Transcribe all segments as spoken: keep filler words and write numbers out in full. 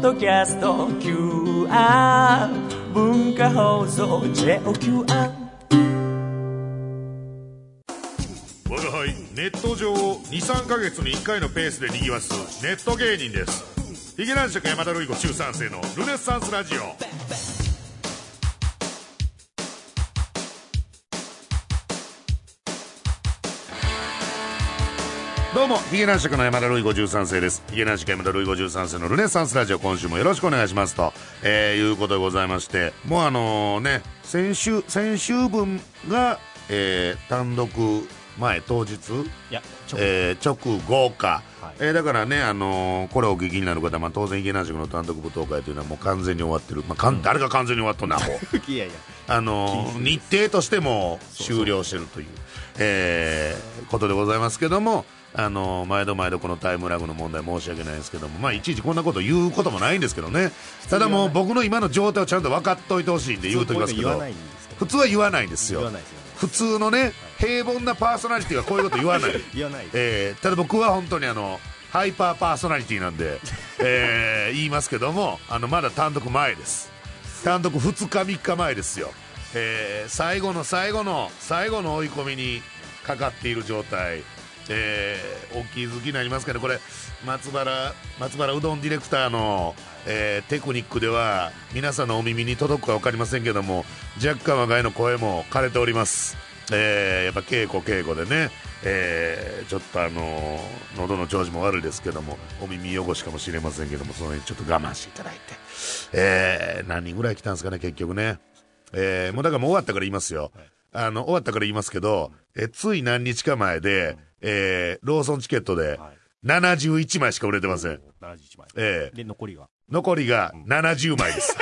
ドキャスト キューアール 文化放送 ジェイオーキューアール。 我が輩ネット上を にさんかげつにいっかいのペースで賑わすネット芸人です。ヒゲ男爵山田るいご中さん世のルネッサンスラジオ。どうもヒゲ男爵の山田るいごじゅうさん世です。ヒゲ男爵山田るいごじゅうさん世のルネッサンスラジオ、今週もよろしくお願いしますと、えー、いうことでございまして、もうあのね先週先週分が、えー、単独前当日、いや直,、えー、直後か、はい、えー、だからね、あのー、これをお聞きになる方は、まあ、当然ヒゲ男爵の単独舞踏会というのはもう完全に終わってる、まあかんうん、誰が完全に終わっとんなもういやいや、あのー、日程としても終了してるという、そうそう、えー、ことでございますけども、あのー、毎度毎度このタイムラグの問題申し訳ないですけども、まあいちいちこんなこと言うこともないんですけどね。ただもう僕の今の状態をちゃんと分かっといてほしいんで言うときますけど、普通は言わないんですよ。言わないですよね。普通のね、平凡なパーソナリティはこういうこと言わない言わない、えー、ただ僕は本当にあのハイパーパーソナリティなんで、えー、言いますけども、あのまだ単独前です。単独ふつかみっかまえですよ、えー、最後の最後の最後の追い込みにかかっている状態、えー、お気づきになりますかね。これ松原松原うどんディレクターの、えー、テクニックでは皆さんのお耳に届くか分かりませんけども、若干我が家の声も枯れております。えー、やっぱ稽古稽古でね、えー、ちょっとあのー、喉の調子も悪いですけども、お耳汚しかもしれませんけども、その辺ちょっと我慢していただいて、えー、何人ぐらい来たんですかね結局ね。えー、もうだからもう終わったから言いますよ。あの終わったから言いますけど、えー、つい何日か前で、えー、ローソンチケットでななじゅういちまいしか売れてません。ななじゅういちまい、えー、で残りが残りがななじゅうまいです、うん、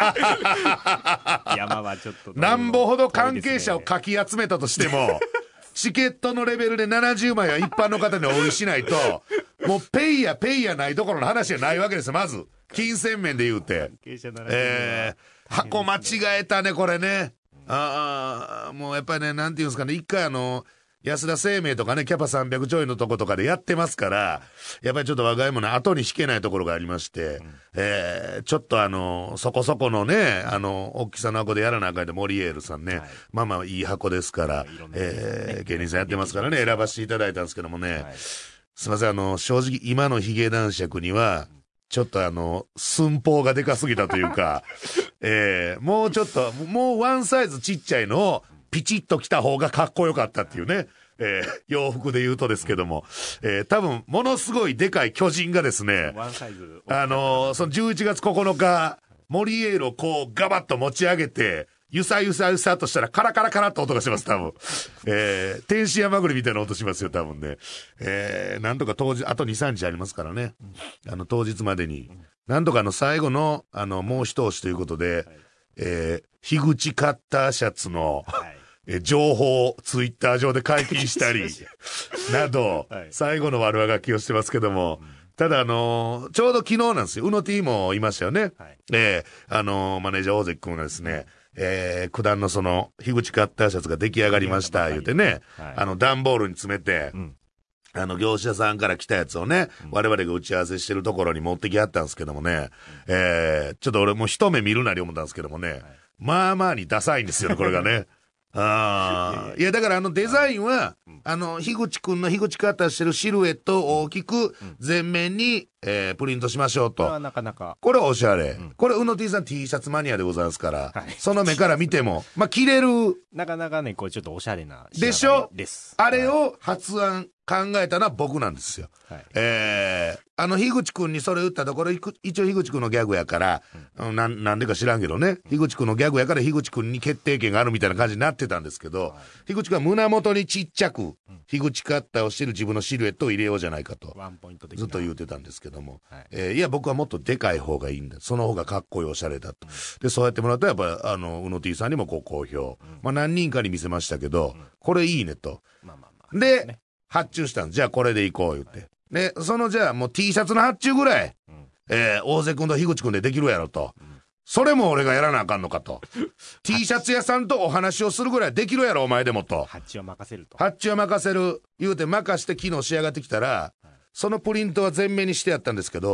山はちょっとなんぼほど関係者をかき集めたとしてもチケットのレベルでななじゅうまいは一般の方にお売りしないともうペイやペイやないどころの話じゃないわけですよ。まず金銭面で言うて、えー、箱間違えたねこれね。ああ、もうやっぱりね、なんていうんですかね、一回あの安田生命とかね、キャパさんびゃくちょいのとことかでやってますから、やっぱりちょっと若いもの後に引けないところがありまして、うん、えー、ちょっとあのそこそこのね、あの大きさの箱でやらなあかんで、モリエールさんね、はい、まあまあいい箱ですから、えー、芸人さんやってますからね、選ばせていただいたんですけどもね、はい、すいません、あの正直今のヒゲ男爵にはちょっとあの寸法がでかすぎたというかえー、もうちょっともうワンサイズちっちゃいのをピチッと着た方がかっこよかったっていうね、えー、洋服で言うとですけども、えー、多分ものすごいでかい巨人がですね、ワンサイズあのー、そのじゅういちがつここのかモリエールをこうガバッと持ち上げてゆさゆさゆさとしたらカラカラカラっと音がします多分、えー、天使山栗みたいな音しますよ多分ね、えー、なんとか当日あと にさんにちありますからね、あの当日までになんとかの最後のあのもう一押しということで、はい、えー、樋口カッターシャツの、はい、え情報をツイッター上で解禁したりなど、はい、最後の悪あがきをしてますけども、うん、ただあのー、ちょうど昨日なんですよ。うの T もいましたよね、はい、えー、あのー、マネージャー大関君がですね、えー、九段のその樋口カッターシャツが出来上がりました言うてね、はい、あの段ボールに詰めて、うん、あの業者さんから来たやつをね、うん、我々が打ち合わせしてるところに持ってきはったんですけどもね、うん、えー、ちょっと俺もう一目見るなり思ったんですけどもね、はい、まあまあにダサいんですよねこれがねあいやだからあのデザインは、うん、あの樋口くんの樋口カッターしてるシルエットを大きく全面に、えー、プリントしましょうと。これはなかなかこれはおしゃれ、うん、これうの T さん T シャツマニアでございますから、はい、その目から見てもまあ着れる、なかなかねこれちょっとおしゃれなでしょです。あれを発案考えたのは僕なんですよ、はい、えー、あの樋口くんにそれ打ったところ一応樋口くんのギャグやから、うん、な, なんでか知らんけどね、樋口くんのギャグやから樋口くんに決定権があるみたいな感じになってたんですけど、はい、樋口くんは胸元にちっちゃく、うん、樋口カッターをしてる自分のシルエットを入れようじゃないかとワンポイント的なずっと言ってたんですけども、はい、えー、いや僕はもっとでかい方がいいんだ、その方がかっこいいおしゃれだと、うん、でそうやってもらうとやっぱあのうの T さんにもこう好評、うん、まあ何人かに見せましたけど、うん、これいいねと、まあまあまあ、で、ね、発注したんです。じゃあこれでいこう言って、はい、でそのじゃあもう T シャツの発注ぐらい、うん、えー、大瀬君と樋口君でできるやろと、うん、それも俺がやらなあかんのかとT シャツ屋さんとお話をするぐらいできるやろお前でもと、発注は任せると、発注は任せる言うて任して昨日仕上がってきたら、はい、そのプリントは全面にしてやったんですけど、うん、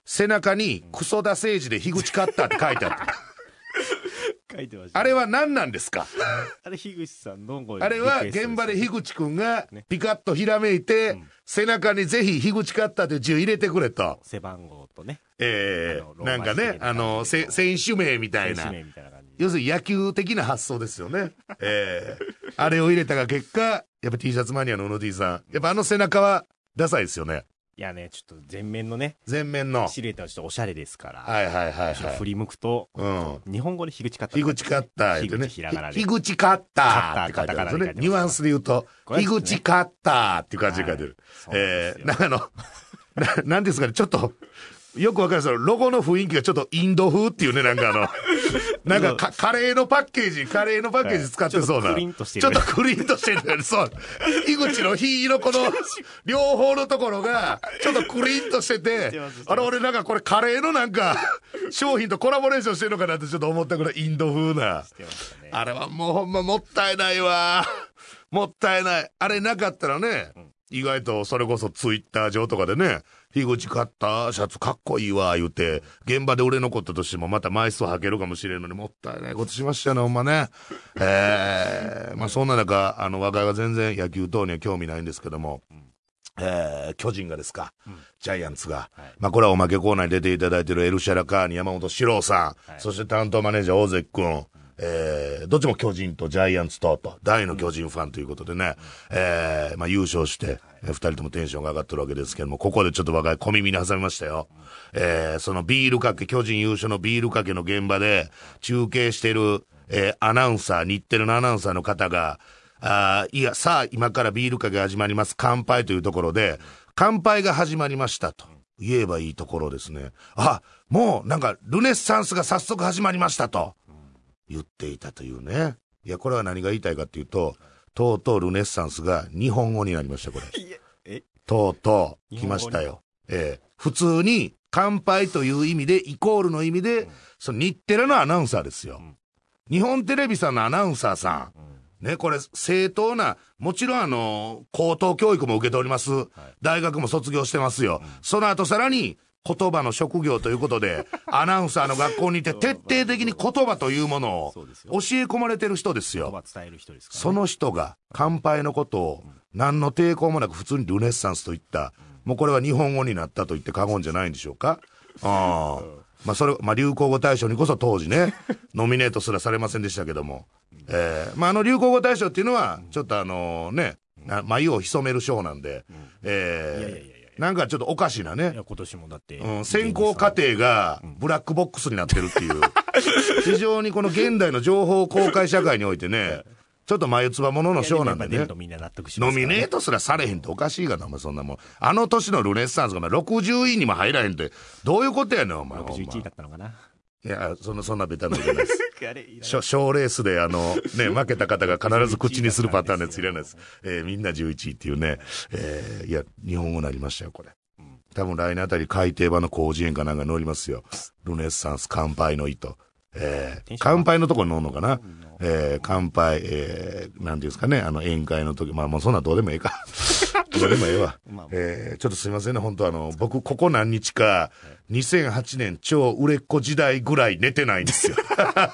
背中にクソダ政治で樋口カッターって書いてあった。 書いてました、ね。 あれは何なんですか？ あれ樋口さんのあれは現場で樋口くんがピカッとひらめいて、ね、うん、背中にぜひ樋口カッターという字を入れてくれと。 背番号とね。 えー、なんかね、あの、選手名みたいな。要するに野球的な発想ですよね。えー、あれを入れたが結果、やっぱ T シャツマニアの小野 T さん、やっぱあの背中はダサいですよね。 いやね、ちょっと前面のね、 前面のシルエットはちょっとおしゃれですから、 はいはいはい、はい、 振り向くと、うん、日本語で樋口カッター、 樋口カッター樋口ひらがなで樋口カッターって書いてあるんですね。ニュアンスで言うと、樋口カッターっていう感じで書いてる。はい、えー、なんかあのな、なんですかね、ちょっとよくわかるんですよ。ロゴの雰囲気がちょっとインド風っていうね、なんかあの、なんかかカレーのパッケージ、カレーのパッケージ使ってそうな。はい、ちょっとクリンとしてる、ね。ちょっとクリンとしてる、ね。そう。樋口の火のこの、両方のところが、ちょっとクリンとしてて、あれ俺なんかこれカレーのなんか、商品とコラボレーションしてるのかなってちょっと思ったぐらいインド風な。ね、あれはもうほんまもったいないわ。もったいない。あれなかったらね、うん、意外とそれこそツイッター上とかでね、樋口カッターシャツかっこいいわ言うて現場で売れ残ったとしてもまた枚数履けるかもしれんのにもったいないことしましたよねほんまね。えー、まあそんな中あの若いは全然野球等には興味ないんですけども、うん、えー、巨人がですか、うん、ジャイアンツが、はい、まあこれはおまけコーナーに出ていただいているエルシャラカーニ山本史郎さん、はい、そして担当マネージャー大関くん、えー、どっちも巨人とジャイアンツとと大の巨人ファンということでね、うん、えー、まあ優勝して、はい、二人ともテンションが上がってるわけですけども、ここでちょっと若い小耳に挟みましたよ、うん、えー、そのビールかけ巨人優勝のビールかけの現場で中継してる、えー、アナウンサー日テレのアナウンサーの方があいやさあ今からビールかけ始まります乾杯というところで乾杯が始まりましたと言えばいいところですね。あもうなんかルネッサンスが早速始まりましたと言っていたというね。いやこれは何が言いたいかっていうととうとうルネッサンスが日本語になりましたこれ。えとうとう来ましたよ。えー、普通に乾杯という意味でイコールの意味で、うん、その日テレのアナウンサーですよ、うん、日本テレビさんのアナウンサーさん、うん、ねこれ正当なもちろんあの高等教育も受けております、はい、大学も卒業してますよ、うん、その後さらに言葉の職業ということでアナウンサーの学校にいて徹底的に言葉というものを教え込まれてる人ですよ。言葉伝える人ですからね。その人が乾杯のことを何の抵抗もなく普通にルネッサンスといった、もうこれは日本語になったと言って過言じゃないんでしょうか。ああ、まあそれ、まあ流行語大賞にこそ当時ねノミネートすらされませんでしたけども、えー、まああの流行語大賞っていうのはちょっとあのね眉を潜める賞なんで、えー、いやいやいやなんかちょっとおかしいなね。いや今年もだって、うん、選考過程がブラックボックスになってるっていう、うん、非常にこの現代の情報公開社会においてねちょっと眉唾ものの賞なんでね。ノミネートすらされへんっておかしいがなお前そんなもん。あの年のルネッサンスがろくじゅういにも入らへんってどういうことやねんお前。ろくじゅういちいだったのかな。いやそんなそんなベタなのじゃないです賞レースであのね負けた方が必ず口にするパターンのやついらないです、えー、みんなじゅういちいっていうね、えー、いや日本語になりましたよこれ。多分来年あたり改訂版の広辞苑かなんか載りますよ。ルネッサンス乾杯の意図、えー、乾杯のとこに載るのかな、えー、乾杯、えー、なんていうんですかね、あの宴会の時、まあもうそんなどうでもええかどうでもええわ、えー、ちょっとすいませんね本当あの僕ここ何日かにせんはちねん超売れっ子時代ぐらい寝てないんですよ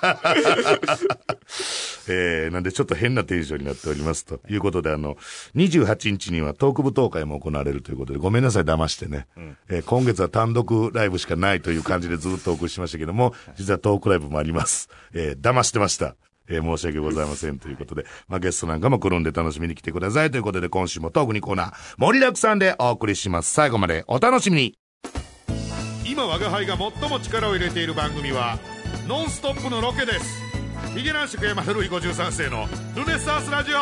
えー、なんでちょっと変なテンションになっておりますということで、あのにじゅうはちにちにはトーク舞踏会も行われるということでごめんなさい騙してね、うんえー、今月は単独ライブしかないという感じでずっとお送りしましたけども実はトークライブもあります、えー、騙してました、えー、申し訳ございませんということで、まあ、ゲストなんかも来るんで楽しみに来てくださいということで今週もトークにコーナー盛りだくさんでお送りします。最後までお楽しみに。今我が輩が最も力を入れている番組はノンストップのロケです。ヒゲ男子山古いごじゅうさん世のルネッサンスラジオ。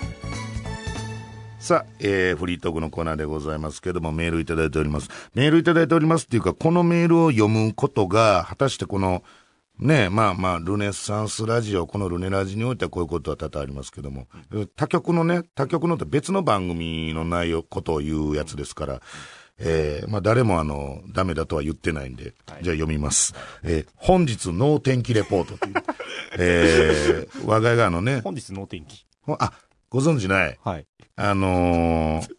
さあ、えー、フリートークのコーナーでございますけどもメールいただいております。メールいただいておりますっていうかこのメールを読むことが果たしてこのねまあまあルネッサンスラジオこのルネラジにおいてはこういうことは多々ありますけども、うん、他局のね他局のって別の番組の内容ことを言うやつですから、うんえー、まあ誰もあのダメだとは言ってないんで、はい、じゃあ読みます、えー、本日脳天気レポートというえー、我が家があのね本日脳天気あご存知ない、 はい、 あのー、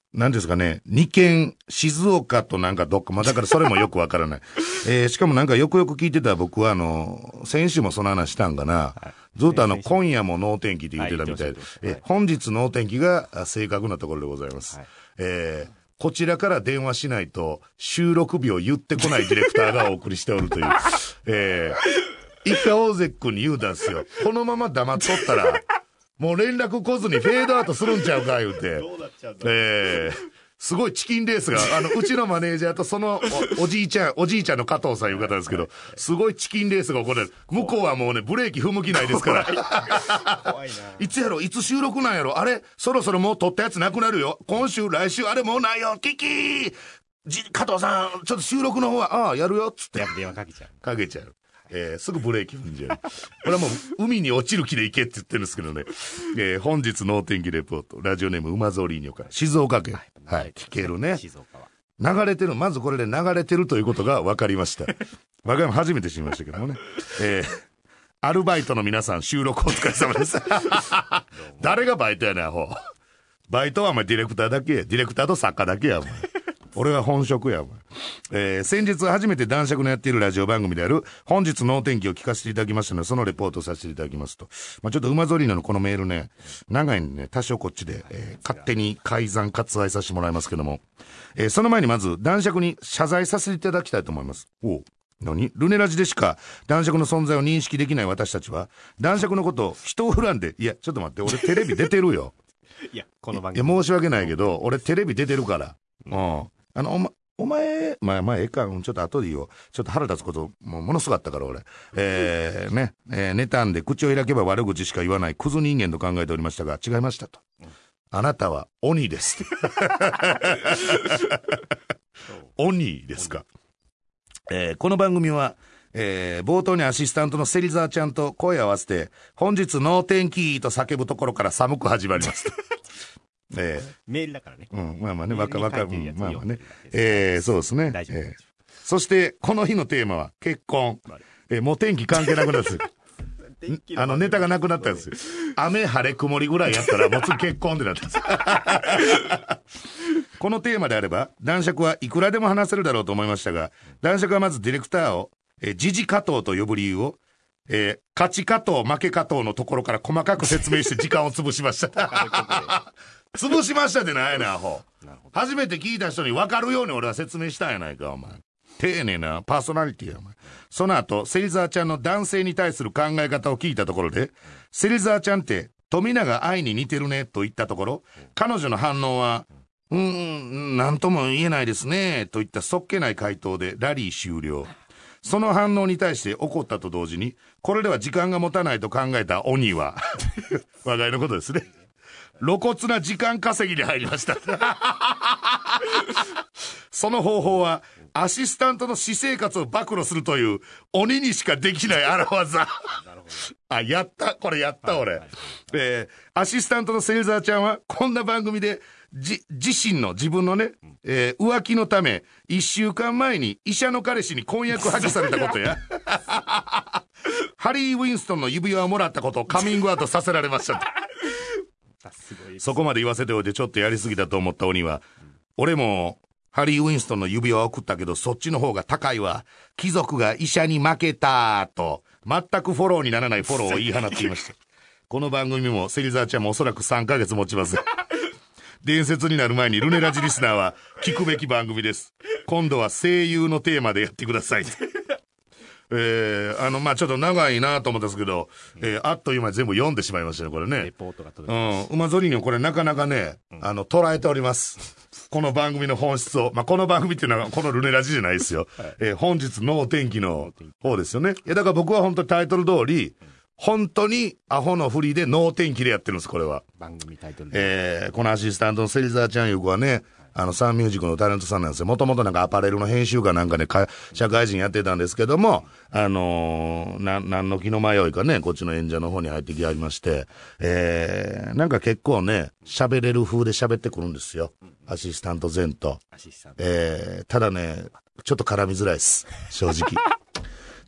なんですかね、に県、静岡となんかどっか、まあだからそれもよくわからない。えー、しかもなんかよくよく聞いてた僕はあの、先週もその話したんかな。はい、ずっとあの、今夜も能天気って言ってたみたいで、はい、え本日能天気が正確なところでございます。はい、えーこちらから電話しないと収録日を言ってこないディレクターがお送りしておるという。えー、一回大関君に言うたんですよ。このまま黙っとったら、もう連絡来ずにフェードアウトするんちゃうか言うて。どうなっちゃうんだ。えー、すごいチキンレースが、あの、うちのマネージャーとそのお、おじいちゃん、おじいちゃんの加藤さんいう方ですけど、すごいチキンレースが起こる。向こうはもうね、ブレーキ踏む気ないですから。怖いな。いつやろいつ収録なんやろあれそろそろもう撮ったやつなくなるよ。今週、来週、あれもうないよ。キキーじ、加藤さん、ちょっと収録の方は、ああ、やるよ。つって。 電話かけちゃう。 かけちゃう。えー、すぐブレーキ踏んじゃう。これはもう、海に落ちる気で行けって言ってるんですけどね。えー、本日の天気レポート、ラジオネーム馬ぞりにょから、静岡県。はい、聞けるね。静岡は。流れてる、まずこれで流れてるということが分かりました。我が家も初めて知りましたけどもね。えー、アルバイトの皆さん、収録お疲れ様です。誰がバイトやねん、アホ。バイトはお前ディレクターだけや。ディレクターと作家だけや、お前。俺は本職や、お前。えー、先日初めて男爵のやっているラジオ番組である、本日のお天気を聞かせていただきましたので、そのレポートをさせていただきますと。まあ、ちょっと馬ぞりのこのメールね、長いんでね、多少こっちで、えー、勝手に改ざん割愛させてもらいますけども、えー、その前にまず、男爵に謝罪させていただきたいと思います。おう。何ルネラジでしか男爵の存在を認識できない私たちは、男爵のことを人を恨んで、いや、ちょっと待って、俺テレビ出てるよ。 いや、この番組。 いや、申し訳ないけど、俺テレビ出てるから。うん。あの、おま、お前、まあまあ、ええか、ちょっと後でいいよ。ちょっと腹立つこと、もうものすごかったから、俺。えー、ね、えー、妬んで口を開けば悪口しか言わないクズ人間と考えておりましたが、違いましたと。うん、あなたは鬼です。鬼ですか。えー、この番組は、えー、冒頭にアシスタントの芹沢ちゃんと声を合わせて、本日能天気と叫ぶところから寒く始まります。えー、 メールだからね。 うん、まあまあね、わかわかる。うん、まあまあね。えー、そうですね。大丈夫、えー。そして、この日のテーマは、結婚。えー、もう天気関係なくなったんですよ。あの、ネタがなくなったんですよ。雨、晴れ、曇りぐらいやったら、もう次結婚ってなったんですよ。このテーマであれば、男爵はいくらでも話せるだろうと思いましたが、男爵はまずディレクターを、えー、時事加藤と呼ぶ理由を、えー、勝ち加藤、負け加藤のところから細かく説明して時間を潰しました。潰しましたってなんやねん、アホ。初めて聞いた人に分かるように俺は説明したんやないか、お前。丁寧なパーソナリティや、お前。その後、芹沢ちゃんの男性に対する考え方を聞いたところで、芹沢ちゃんって富永愛に似てるねと言ったところ、彼女の反応は、うーん、なんとも言えないですね、といったそっけない回答でラリー終了。その反応に対して怒ったと同時に、これでは時間が持たないと考えた鬼は、話題のことですね。露骨な時間稼ぎに入りました。その方法は、アシスタントの私生活を暴露するという、鬼にしかできない荒技。あ、やった。これやった、俺。えー、アシスタントの芹沢ちゃんは、こんな番組で、じ、自身の自分のね、えー、浮気のため、一週間前に医者の彼氏に婚約破棄されたことや、ハリー・ウィンストンの指輪をもらったことをカミングアウトさせられました。そこまで言わせておいてちょっとやりすぎだと思った鬼は、うん、俺もハリー・ウィンストンの指輪を送ったけどそっちの方が高いわ。貴族が医者に負けたと、全くフォローにならないフォローを言い放っていました。この番組も芹沢ちゃんもおそらくさんかげつ持ちます。伝説になる前にルネラジリスナーは聞くべき番組です。今度は声優のテーマでやってください。えー、あの、まあ、ちょっと長いなと思ったんですけど、えー、あっという間に全部読んでしまいましたね、これね。 レポートが届きました。うん。馬ぞりにはこれなかなかね、うん、あの、捉えております。この番組の本質を。まあ、この番組っていうのは、このルネラジじゃないですよ。はい、えー、本日のお天気の方ですよね。いや、だから僕は本当にタイトル通り、うん、本当にアホのフリーで能天気でやってるんです、これは。 番組タイトルで。 えー、このアシスタントの芹沢ちゃんいう子はね、あの、サンミュージックのタレントさんなんですよ。もともとなんかアパレルの編集かなんかで、ね、社会人やってたんですけども、あのー、な、なんの気の迷いかね、こっちの演者の方に入ってきはりまして、えー、なんか結構ね、喋れる風で喋ってくるんですよ。アシスタント前と。アシスタント。えー、ただね、ちょっと絡みづらいです。正直。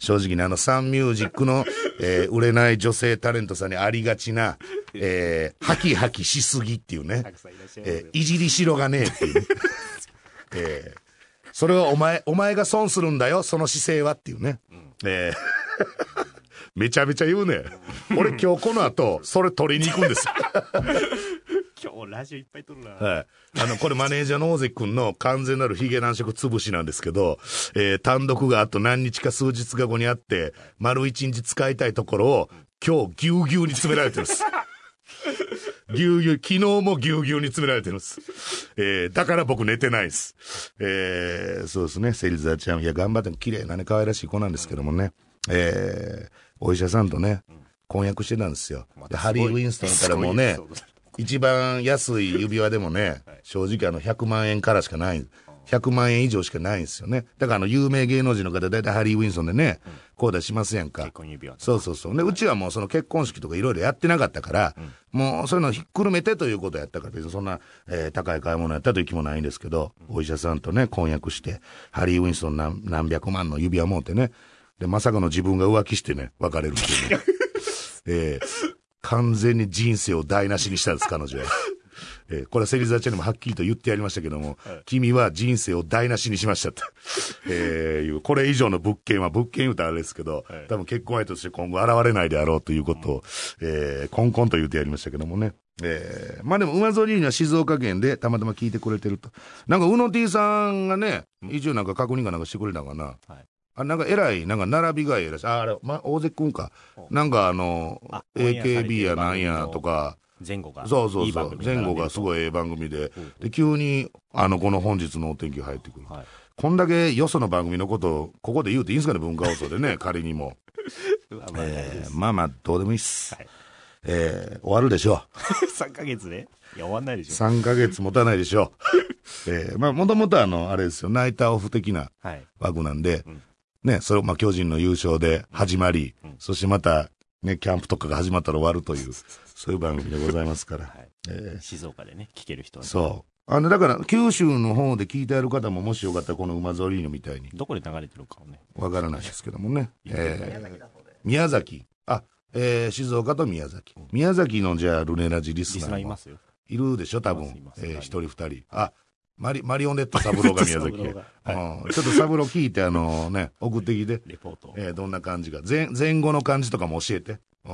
正直ね、あの、サンミュージックの、えー、売れない女性タレントさんにありがちな、えー、ハキハキしすぎっていうね、えー、いじりしろがねえっていう、ね、えー、それはお前、お前が損するんだよ、その姿勢はっていうね。うん、えー、めちゃめちゃ言うね。俺今日この後、それ取りに行くんですよ。 今日ラジオいっぱい撮るな。 はい。あの、これマネージャーの大関くんの完全なるヒゲ男色潰しなんですけど、えー、単独があと何日か数日か後にあって、丸一日使いたいところを、今日ぎゅうぎゅうに詰められてるんです。ぎゅうぎゅう、昨日もぎゅうぎゅうに詰められてるんです。えー、だから僕寝てないです。えー、そうですね、芹沢ちゃん。いや、頑張って、綺麗なね、可愛らしい子なんですけどもね。えー、お医者さんとね、婚約してたんですよ。で、ハリー・ウィンストンからもうね、一番安い指輪でもね、正直あのひゃくまんえんからしかない。ひゃくまんえん以上しかないんですよね。だからあの有名芸能人の方、だいたいハリー・ウィンストンでね、こうだしますやんか。 結婚指輪。 そうそうそう。で、うちはもうその結婚式とかいろいろやってなかったから、うん、もうそういうのひっくるめてということやったから、別にそんな、えー、高い買い物やったという気もないんですけど、うん、お医者さんとね、婚約して、ハリー・ウィンストン何何百万の指輪持ってね、で、まさかの自分が浮気してね、別れるっていうね。えー、完全に人生を台無しにしたんです、彼女は。えー、これは芹沢ちゃんにもはっきりと言ってやりましたけども、はい、君は人生を台無しにしましたって、えー、いう、これ以上の物件は、物件言うたらあれですけど、はい、多分結婚相手として今後現れないであろうということを、うん、えー、コンコンと言ってやりましたけどもね。えー、まあでも、馬ぞりには静岡県でたまたま聞いてくれてると。なんか、うの T さんがね、一応なんか確認かなんかしてくれたかな。はい、あ、なんか偉い、なんか並びが偉いし、あ、あれ、ま、大関くんか。なんかあの、あ エーケービー やなんやとか、 前後が。 そうそうそう。前後がすごいええ番組で、うん、で、急に、あの、この本日のお天気入ってくる。はい、こんだけよその番組のことを、ここで言うていいんすかね、文化放送でね、仮にも。えー、まあまあ、どうでもいいっす。はい、えー、終わるでしょう。さんかげつで、ね、いや、終わんないでしょ。 さんかげつ持たないでしょう。えー、まあ、もともとあの、あれですよ、ナイターオフ的な枠なんで、はい、うん、ね、それ、まあ、巨人の優勝で始まり、うん、そしてまた、ね、キャンプとかが始まったら終わるという、そういう番組でございますから。はい、 えー、静岡でね、聞ける人は、ね。 そう。あの、だから、九州の方で聞いてある方も、もしよかったら、この馬ぞりーのみたいに。 どこで流れてるかをね。 わからないですけどもね。えー、宮崎。あ、えー、静岡と宮崎。うん、宮崎の、じゃあ、ルネラジリスナーも。リスナーいますよ。いるでしょ、多分。えー、一人二人。あ、マリ、マリオネットサブローが宮崎へ。はい、うん、ちょっとサブロー聞いて、あのね、送ってきて。 レポート。 えー、どんな感じか。前、前後の感じとかも教えて。うん。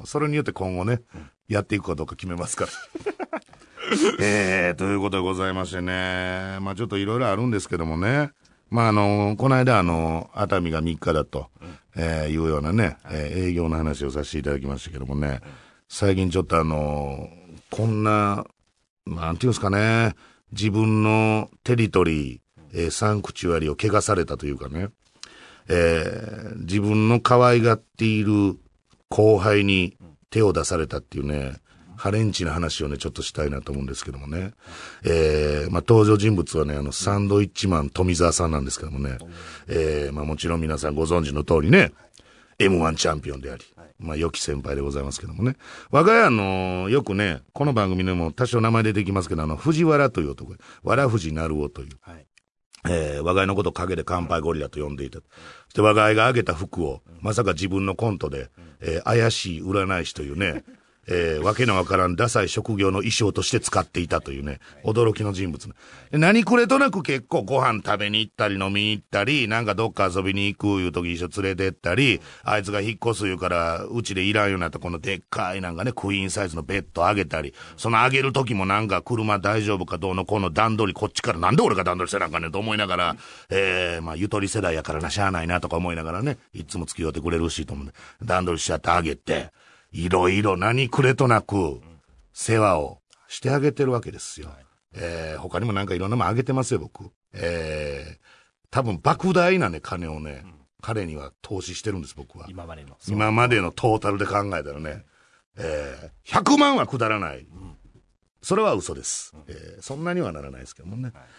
それによって今後ね、うん、やっていくかどうか決めますから。えー、ということでございましてね。まあちょっといろいろあるんですけどもね。まああの、この間あの、熱海がみっかだと、うん、えー、いうようなね、えー、営業の話をさせていただきましたけどもね。うん、最近ちょっとあの、こんな、なんていうんですかね。自分のテリトリー、えー、サンクチュアリを汚されたというかね、えー、自分の可愛がっている後輩に手を出されたっていうね、ハレンチな話をね、ちょっとしたいなと思うんですけどもね。えー、まあ、登場人物はね、あの、サンドイッチマン富澤さんなんですけどもね、えー、まあ、もちろん皆さんご存知の通りね、エムワン チャンピオンであり、まあ、良き先輩でございますけどもね。我が家の、よくね、この番組でも多少名前出てきますけど、あの、藤原という男、わらふじなるおという、はい、えー、我が家のことを陰で乾杯ゴリラと呼んでいた。そして我が家があげた服を、まさか自分のコントで、えー、怪しい占い師というね、えー、わけのわからんダサい職業の衣装として使っていたというね、驚きの人物。何くれとなく結構ご飯食べに行ったり飲みに行ったり、なんかどっか遊びに行くいう時一緒連れてったり、あいつが引っ越す言うから、うちでいらんようになったこのでっかいなんかね、クイーンサイズのベッドあげたり、そのあげる時もなんか車大丈夫かどうのこの段取りこっちからなんで俺が段取りせなあかんねんと思いながら、えー、まあゆとり世代やからなしゃあないなとか思いながらね、いつも付き合ってくれるしと思うんで、段取りしちゃってあげて、いろいろ何くれとなく世話をしてあげてるわけですよ。はい、えー、他にもなんかいろんなもんあげてますよ、僕。えー、多分莫大なね、金をね、うん、彼には投資してるんです、僕は。 今までの。 今までのトータルで考えたらね、えー、ひゃくまんはくだらない。うん、それは嘘です、うん、えー。そんなにはならないですけどもね。はい、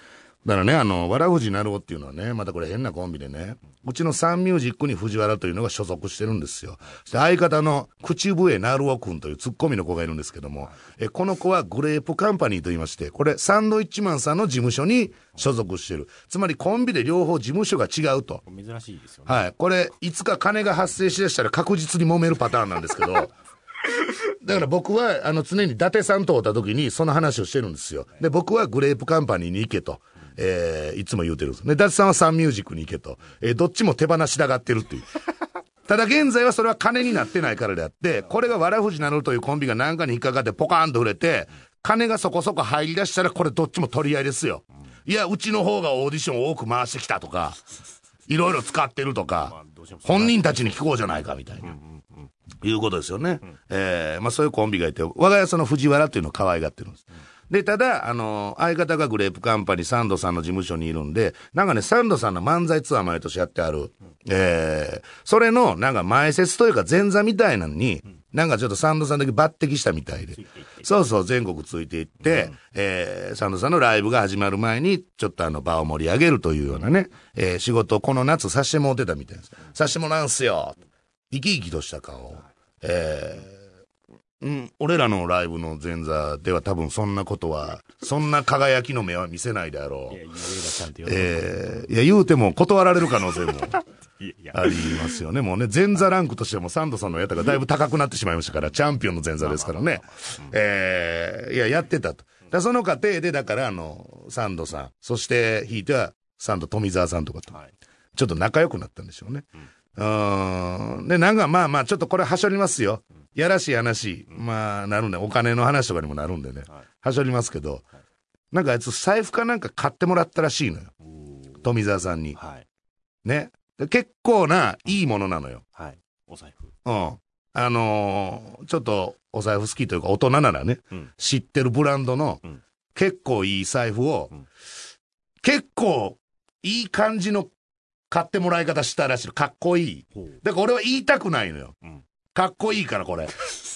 だからね、あの、わらふじなるおっていうのはね、またこれ変なコンビでね、うちのサンミュージックに藤原というのが所属してるんですよ。で相方の口笛なるおくんというツッコミの子がいるんですけども、えこの子はグレープカンパニーと言いまして、これサンドイッチマンさんの事務所に所属してる。つまりコンビで両方事務所が違うと。 珍しいですよね。 はい。これ、いつか金が発生しだしたら確実に揉めるパターンなんですけど、だから僕は、あの、常に伊達さんと会った時にその話をしてるんですよ。で、僕はグレープカンパニーに行けと。えー、いつも言うてるんです。で、伊達さんはサンミュージックに行けと。えー、どっちも手放しだがってるっていう。ただ現在はそれは金になってないからであって、これがわらふじなるというコンビが何かに引っかかってポカーンと売れて、金がそこそこ入り出したらこれどっちも取り合いですよ。いや、うちの方がオーディションを多く回してきたとか、いろいろ使ってるとか、本人たちに聞こうじゃないかみたいな。いうことですよね。えー、まあそういうコンビがいて、我が家その藤原っていうのを可愛がってるんです。で、ただ、あの、相方がグレープカンパニー、サンドさんの事務所にいるんで、なんかね、サンドさんの漫才ツアー毎年やってある。えー、それの、なんか前説というか前座みたいなのに、なんかちょっとサンドさんだけ抜擢したみたいで。そうそう、全国ついていって、えー、サンドさんのライブが始まる前に、ちょっとあの、場を盛り上げるというようなね、えー、仕事をこの夏さしてもうてたみたいです。さしてもらうんすよ。生き生きとした顔。えー、うん、俺らのライブの前座では多分そんなことは、そんな輝きの目は見せないであろう。いや、いや、ちゃんと言うえー、いや、言うても断られる可能性もありますよね。もうね、前座ランクとしてもサンドさんのやったがだいぶ高くなってしまいましたから、チャンピオンの前座ですからね。えー、いや、やってたと。だその過程で、だからあの、サンドさん、そしてひいてはサンド富澤さんとかと、ちょっと仲良くなったんでしょうね。うん。うん。で、なんかまあまあ、ちょっとこれはしょりますよ。やらしい話、まあ、なるんで、お金の話とかにもなるんでね、はしょりますけど、なんかあいつ財布かなんか買ってもらったらしいのよ。富澤さんに。ね。結構ないいものなのよ。 はい。お財布。 うん。あのー、ちょっとお財布好きというか大人ならね、うん、知ってるブランドの、うん、結構いい財布を、うん、結構いい感じの買ってもらい方したらしいの。かっこいい。だから俺は言いたくないのよ。うんかっこいいから、これ。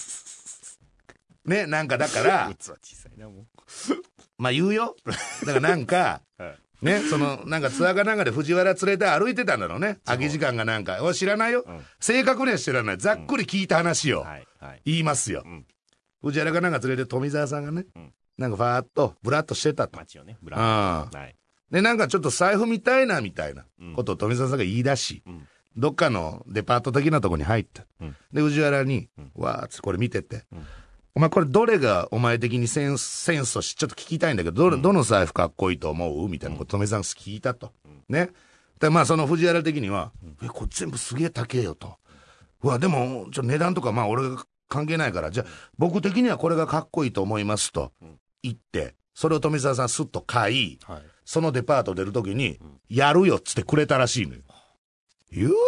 ね、なんかだから、まあ言うよ。だからなんか、ね、その、なんかツアーかなんかで藤原連れて歩いてたんだろうね。空き時間がなんか、お知らないよ。正確には知らない。ざっくり聞いた話を言いますよ。藤原かなんか連れて富澤さんがね、なんかファーっと、ブラッとしてたと。 街をね、ブラッと。 で、なんかちょっと財布みたいなみたいなことを富澤さんが言い出し、どっかのデパート的なとこに入った。うん、で、藤原に、うん、わーってこれ見てて、うん、お前これどれがお前的にセンス、センスとし、ちょっと聞きたいんだけど、ど、うん、どの財布かっこいいと思うみたいなこと、富澤さん聞いたと。うん、ね。で、まあその藤原的には、うん、え、これ全部すげえ高えよと。うわ、でも、ちょ、値段とかまあ俺が関係ないから、じゃあ僕的にはこれがかっこいいと思いますと言って、それを富澤さんスッと買い、はい、そのデパート出るときに、やるよっつってくれたらしいのよ。ゆー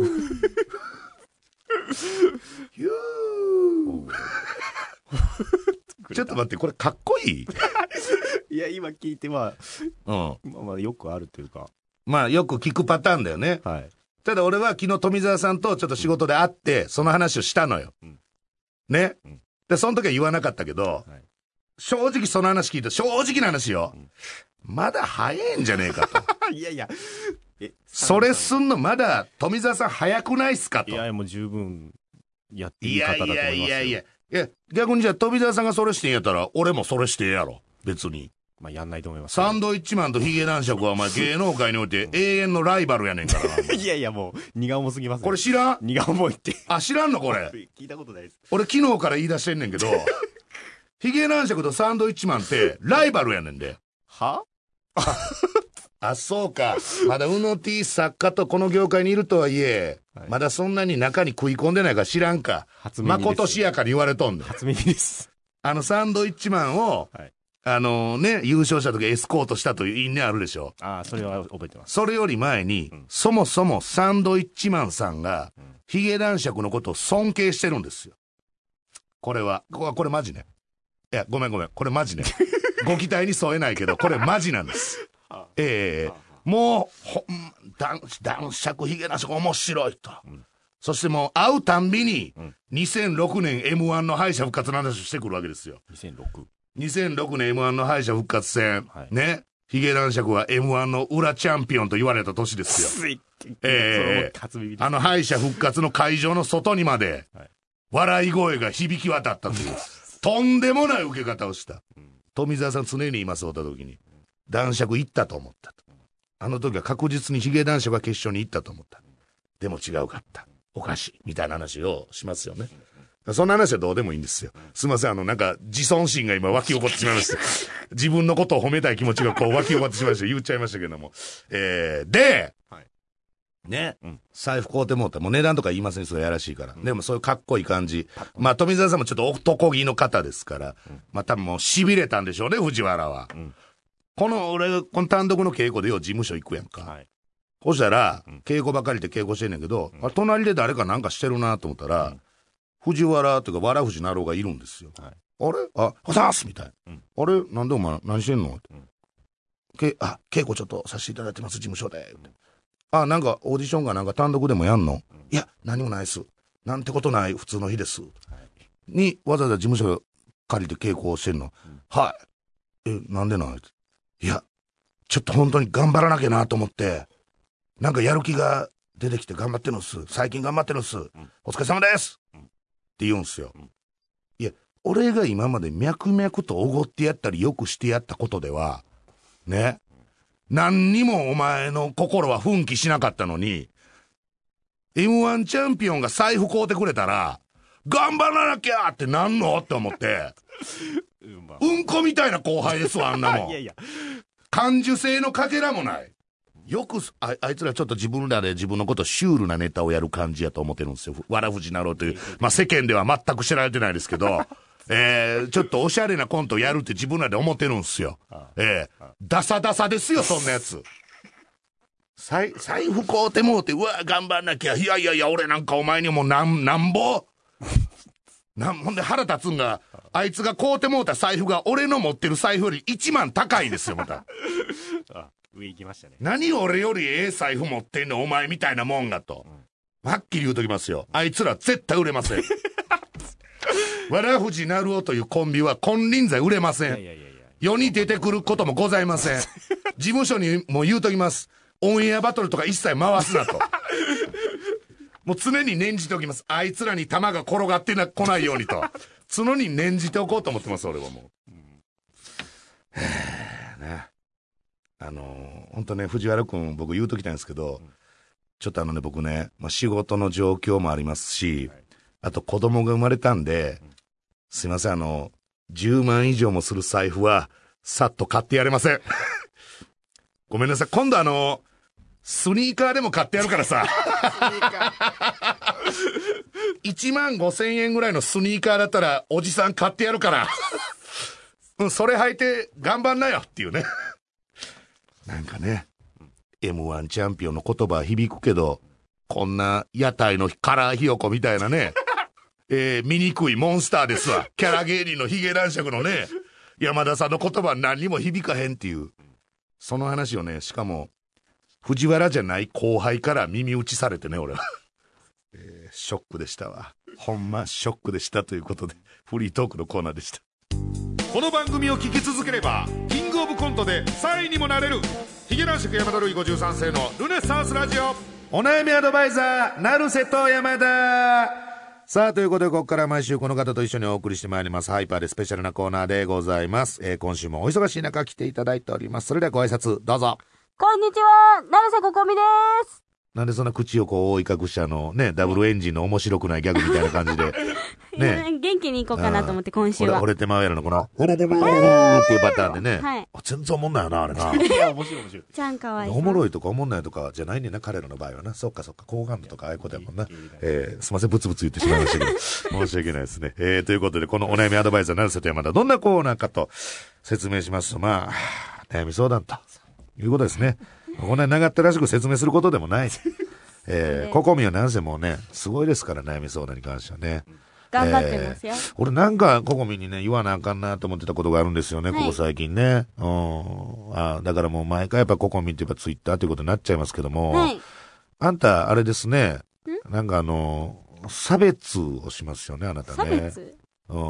ゆーちょっと待って、これかっこいいいや、今聞いて、まあ、うん。まあまあ、よくあるというか。 まあ、よく聞くパターンだよね。はい。ただ俺は昨日富澤さんとちょっと仕事で会って、その話をしたのよ。うん、ね、うん。で、その時は言わなかったけど、はい、正直その話聞いて、正直な話よ。うん、まだ早いんじゃねえかと。 いやいや。 えそれすんのまだ富澤さん早くないっすかと。 いやもう十分やっていい方だと思いますよ。いやいやいやいや。いや逆にじゃあ富澤さんがそれしてんやったら俺もそれしてえやろ別に。 まあやんないと思います。 サンドイッチマンとヒゲ男爵はお前芸能界において永遠のライバルやねんからな。 いやいやもう荷が重すぎます、ね。 これ知らん？ 荷が重いって。 あ知らんのこれ。 聞いたことないです。 俺昨日から言い出してんねんけど、ヒゲ男爵とサンドイッチマンってライバルやねんで。 は？ あ、そうか。まだうの T 作家とこの業界にいるとはいえ、はい、まだそんなに中に食い込んでないから知らんか。初耳です。まことしやかに言われとんねん。 初耳です。 あのサンドイッチマンを、はい、あのね、優勝した時エスコートしたという因縁あるでしょ。 ああ、それは覚えてます。 それより前に、うん、そもそもサンドイッチマンさんが、うん、ヒゲ男爵のことを尊敬してるんですよ。これは、これ、これマジね。いや、ごめんごめん。これマジね。ご期待に添えないけど、これマジなんです。ええー、もう、ほん、男、男爵、ヒゲ男爵面白いと。うん、そしてもう会うたんびに、うん、にせんろくねん エムワン の敗者復活の話をしてくるわけですよ。 にせんろく?にせんろくねん エムワン の敗者復活戦。はい、ね。 ヒゲ男爵は エムワン の裏チャンピオンと言われた年ですよ。ええー、あの敗者復活の会場の外にまで、笑い声が響き渡ったという、とんでもない受け方をした。富澤さん常に言います、おった時に。男爵行ったと思ったと。あの時は確実にヒゲ男爵が決勝に行ったと思った。でも違うかった。おかしい。みたいな話をしますよね。そんな話はどうでもいいんですよ。すいません、あの、なんか、自尊心が今湧き起こってしまいました。自分のことを褒めたい気持ちがこう湧き起こってしまいました。言っちゃいましたけども。えー、で、はい、ね、うん、財布買うてもうたら、もう値段とか言いません、それやらしいから。うん、でもそういうかっこいい感じ。まあ、富澤さんもちょっと男気の方ですから、うん、まあ多分もう痺れたんでしょうね、藤原は。うん、この、俺、この単独の稽古でよう事務所行くやんか。はい、そしたら、うん、稽古ばかりで稽古してんねんけど、うん、あ、隣で誰かなんかしてるなと思ったら、うん、藤原というか、わらふじなろうがいるんですよ。はい、あれあ、おさーすみたいな。うん、あれなんでお前何してんの、うん、けあ、稽古ちょっとさせていただいてます、事務所で。うん、あ、なんかオーディションがなんか単独でもやんの、うん、いや、何もないっす。なんてことない普通の日です。はい、に、わざわざ事務所借りて稽古をしてんの。うん、はい。え、なんでなんいや、ちょっと本当に頑張らなきゃなと思って、なんかやる気が出てきて頑張ってるんす。最近頑張ってるんす。うん、お疲れ様です。うんって言うんすよ。うん、いや、俺が今まで脈々とおごってやったりよくしてやったことでは、ね、何にもお前の心は奮起しなかったのに、エムワン チャンピオンが財布買うてくれたら、頑張らなきゃってなんのって思って、うんこみたいな後輩ですわ、あんなもん。いやいや。感受性のかけらもない。よくあ、あいつらちょっと自分らで自分のことシュールなネタをやる感じやと思ってるんですよ。わらふじなろうという。まあ世間では全く知られてないですけど、えー、ちょっとおしゃれなコントをやるって自分らで思ってるんですよ。えー、ダサダサですよ、そんなやつ。財、財布買うてもうて、うわ、頑張んなきゃ。いやいやいや、俺なんかお前にもなん、なんぼなん、ほんで腹立つんが、あいつが買うてもうた財布が俺の持ってる財布よりいちまん高いですよ、また。 上行きましたね。 何俺よりええ財布持ってんのお前みたいなもんがと、うん、はっきり言うときますよ。あいつら絶対売れません。わらふじなるおというコンビは金輪際売れません。いやいやいや世に出てくることもございません。事務所にも言うときます。オンエアバトルとか一切回すなと。もう常に念じておきます。あいつらに弾が転がってな来ないようにと。常に念じておこうと思ってます、俺はもう。うん、へえ、ね。あのー、ほんとね、藤原くん、僕言うときたいんですけど、うん、ちょっとあのね、僕ね、まあ、仕事の状況もありますし、はい、あと子供が生まれたんで、うん、すいません、あの、じゅうまん以上もする財布は、さっと買ってやれません。ごめんなさい、今度あの、スニーカーでも買ってやるからさ。いちまんごせんえんぐらいのスニーカーだったら、おじさん買ってやるから。うん、それ履いて頑張んなよっていうね。なんかね、エムワン チャンピオンの言葉は響くけど、こんな屋台のカラーひよこみたいなね、えー、醜いモンスターですわ。キャラ芸人のヒゲ男爵のね、山田さんの言葉は何にも響かへんっていう。その話をね、しかも、藤原じゃない後輩から耳打ちされてね、俺は。えー、ショックでしたわ。ほんまショックでしたということで、フリートークのコーナーでした。この番組を聞き続ければキングオブコントでさんいにもなれるヒゲ男爵山田るいごじゅうさん世のルネサンスラジオ、お悩みアドバイザー成瀬と山田。さあということで、ここから毎週この方と一緒にお送りしてまいりますハイパーでスペシャルなコーナーでございます。えー、今週もお忙しい中来ていただいております。それではご挨拶どうぞ。 こんにちは、成瀬ここみです。 なんでそんな口をこう覆い隠したのね、ダブルエンジンの面白くないギャグみたいな感じでね、元気に行こうかなと思って今週は。 俺手前やるのこの俺手前やるっていうパターンでね、はい、全然おもんないよなあれな。 いや面白い面白い。 ちゃんかわいい。 おもろいとかおもんないとかじゃないねんな、彼らの場合はな。そっかそっか、好感度とかああいうことやもんな。えー、すいません、ブツブツ言ってしまいましたけど申し訳ないですね。えー、ということでこのお悩みアドバイザー成瀬と山田、どんなコーナーかと説明しますと、まあ悩み相談ということですね。こんなに長ったらしく説明することでもない。えー、ココミはなんせもうね、すごいですから、悩み相談に関してはね。 頑張ってますよ。えー、俺なんかココミにね、言わなあかんなと思ってたことがあるんですよね、はい、ここ最近ね。うん。あ、だからもう毎回やっぱココミって言えばツイッターということになっちゃいますけども、はい、あんた、あれですね、なんかあの、差別をしますよね、あなたね。 差別？ うん。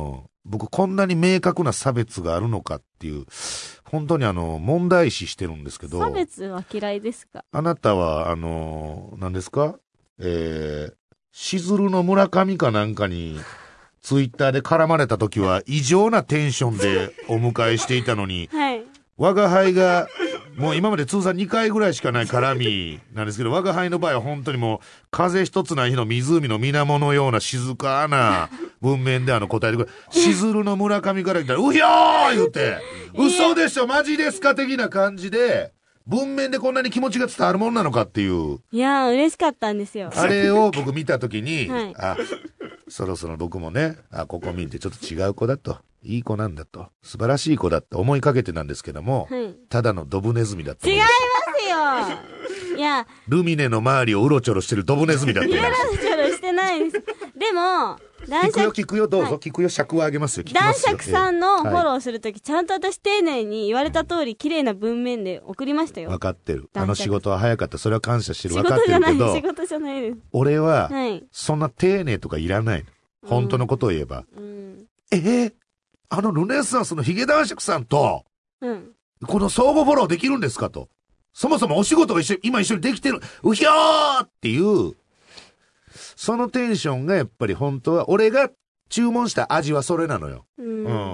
僕こんなに明確な差別があるのかっていう、本当にあの、問題視してるんですけど。 差別は嫌いですか？ あなたは、あの、何ですか？えー、しずるの村上かなんかに、ツイッターで絡まれた時は異常なテンションでお迎えしていたのに、 はい。 我が輩が、もう今まで通算にかいぐらいしかない絡みなんですけど、我が輩の場合は本当にもう、風一つない日の湖の水面のような静かな文面であの答えてくれ。しずるの村上から来たら、うひょー言うて、嘘でしょマジですか的な感じで、文面でこんなに気持ちが伝わるもんなのかっていう。 いやー、嬉しかったんですよ。 あれを僕見たときに、 はい、 あ、そろそろ僕もね、あ、ここ見てちょっと違う子だと。いい子なんだと。素晴らしい子だって思いかけてなんですけども、 はい、 ただのドブネズミだった。 違いますよいや、 ルミネの周りをうろちょろしてるドブネズミだった。 うろちょろしてないです。でも、 聞くよ聞くよどうぞ、はい、聞くよ尺をあげますよ。聞きますよ。 男爵さんのフォローするとき、ちゃんと私丁寧に言われた通り綺麗な文面で送りましたよ。 分かってる。あの仕事は早かった。それは感謝してる。分かってるけど。 仕事じゃない、仕事じゃないです。 俺は、そんな丁寧とかいらないの。本当のことを言えば。うん、えー、あのルネッサンスのヒゲ男爵さんと、うん、この相互フォローできるんですかと。そもそもお仕事が一緒、今一緒にできてる。うひょーっていう、そのテンションがやっぱり本当は、俺が注文した味はそれなのよ。うん。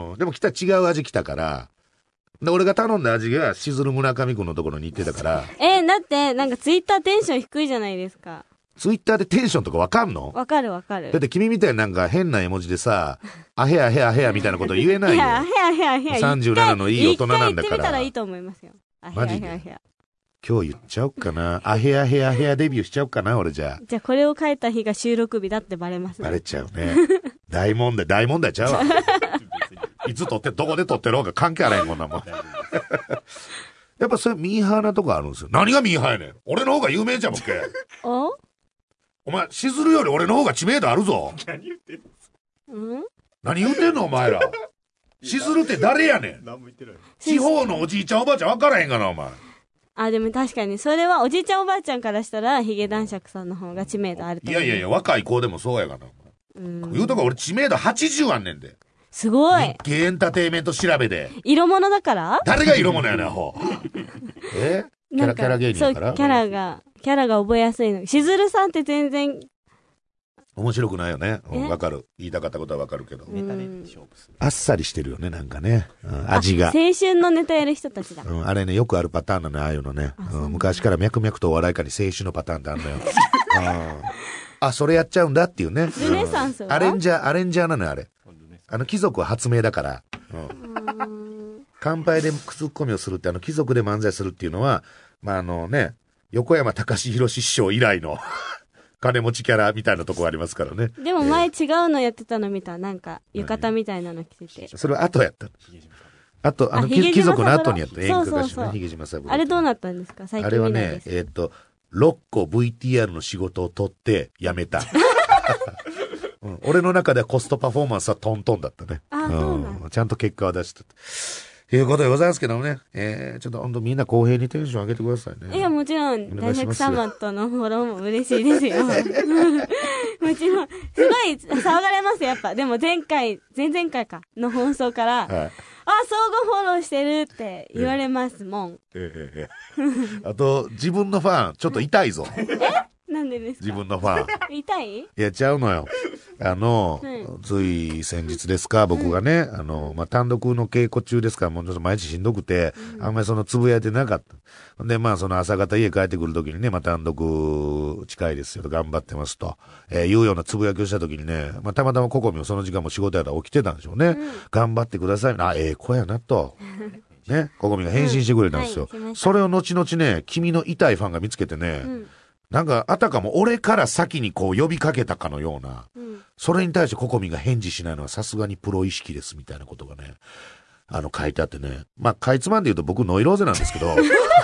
うん、でも来た違う味来たから、で俺が頼んだ味がしずる村上くんのところに行ってたから。 えー、だって、なんかツイッターテンション低いじゃないですか。 ツイッターでテンションとかわかんの？ わかるわかる。 だって君みたいになんか変な絵文字でさ、アヘアヘアヘアみたいなこと言えないよ。いや、アヘアヘアヘア。 さんじゅうななのいい大人なんだから。 一回言ってみたらいいと思いますよ。アヘアヘアヘア。 今日言っちゃおっかな。アヘアヘアヘアデビューしちゃおっかな、俺じゃあ。 じゃあこれを書いた日が収録日だってバレますね。 バレちゃうね。大問題、大問題ちゃうわ。いつ撮って、どこで撮ってろうか関係あらへん、こんなもん。やっぱそれミーハーなとこあるんですよ。何がミーハーやねん。俺の方が有名じゃん、ボケ。 おお前、しずるより俺の方が知名度あるぞ。 何言ってんの？ん？ 何言ってんのお前ら。しずるって誰やねん。 何も言ってない。 地方のおじいちゃんおばあちゃん分からへんかな、お前。 あ、でも確かに、それはおじいちゃんおばあちゃんからしたら、ヒゲ男爵さんの方が知名度あると思う。 いやいやいや、若い子でもそうやがな、お前。うん。言うとか俺知名度はちじゅうあんねんで。 すごい。 日経エンターテイメント調べで。 色物だから誰が色物やねん、アホ。えキャラ、キャラ芸人やから？ そう、キャラが、キャラが覚えやすいの。しずるさんって全然、 面白くないよね。うん、わかる。言いたかったことはわかるけど。 ネタで勝負する。 あっさりしてるよね、なんかね。うん、味が。 青春のネタやる人たちだ。 うん、あれね、よくあるパターンなの、ああいうのね。うん、昔から脈々とお笑い家に青春のパターンってあるのよ。あ、それやっちゃうんだっていうね。 ルネサンスは、 うん、アレンジャー、アレンジャーなのよ、あれ。あの、貴族は発明だから。うん。乾杯でツッコミをするって、あの、貴族で漫才するっていうのは、まあ、あのね、横山隆弘師匠以来の金持ちキャラみたいなとこありますからね。 でも前違うのやってたの見た。なんか、浴衣みたいなの着てて。 それは後やった。あと、あの、貴族の後にやった。演歌歌手ね、ヒゲ島三郎。 あれどうなったんですか最近。 あれはね、えっと、ろっこ ブイティーアール の仕事を取って辞めた。うん、俺の中ではコストパフォーマンスはトントンだったね。 あ、そうなんうん、ちゃんと結果を出した。ということでございますけどもね。えー、ちょっと本当みんな公平にテンション上げてくださいね。 いや、もちろん、大作様とのフォローも嬉しいですよ。もちろん、すごい騒がれますやっぱ。でも前回、前々回か、の放送から、はい、あ、相互フォローしてるって言われますもん。 ええええ、あと、自分のファン、ちょっと痛いぞ。 えなんでですか？ 自分のファン。 痛い？ いや、ちゃうのよ。あの、うん、つい先日ですか、僕がね、うん、あの、まあ、単独の稽古中ですから、もうちょっと毎日しんどくて、うん、あんまりそのつぶやいてなかった。で、まあ、その朝方家帰ってくるときにね、まあ、単独近いですよと、頑張ってますと、えー、いうようなつぶやきをしたときにね、まあ、たまたまココミもその時間も仕事やったら起きてたんでしょうね。うん、頑張ってください。あ、ええ子やなと。ね、ココミが返信してくれたんですよ。うんはい、それを後々ね、君の痛いファンが見つけてね、うんなんか、あたかも俺から先にこう呼びかけたかのような、うん、それに対してココミが返事しないのはさすがにプロ意識ですみたいなことがね、あの書いてあってね、まあ、かいつまんで言うと僕ノイローゼなんですけど、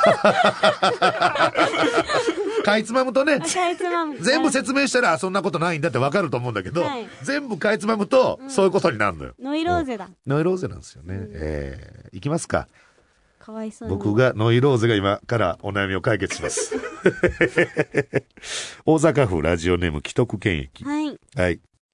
かいつまむとね、全部説明したらそんなことないんだってわかると思うんだけど、はい、全部かいつまむとそういうことになるのよ。 うん、ノイローゼだ。 ノイローゼなんですよね。うん、えー、いきますか。 かわいそうに僕がノイローゼが今からお悩みを解決します。大阪府ラジオネーム既得権益。 はい。 はい。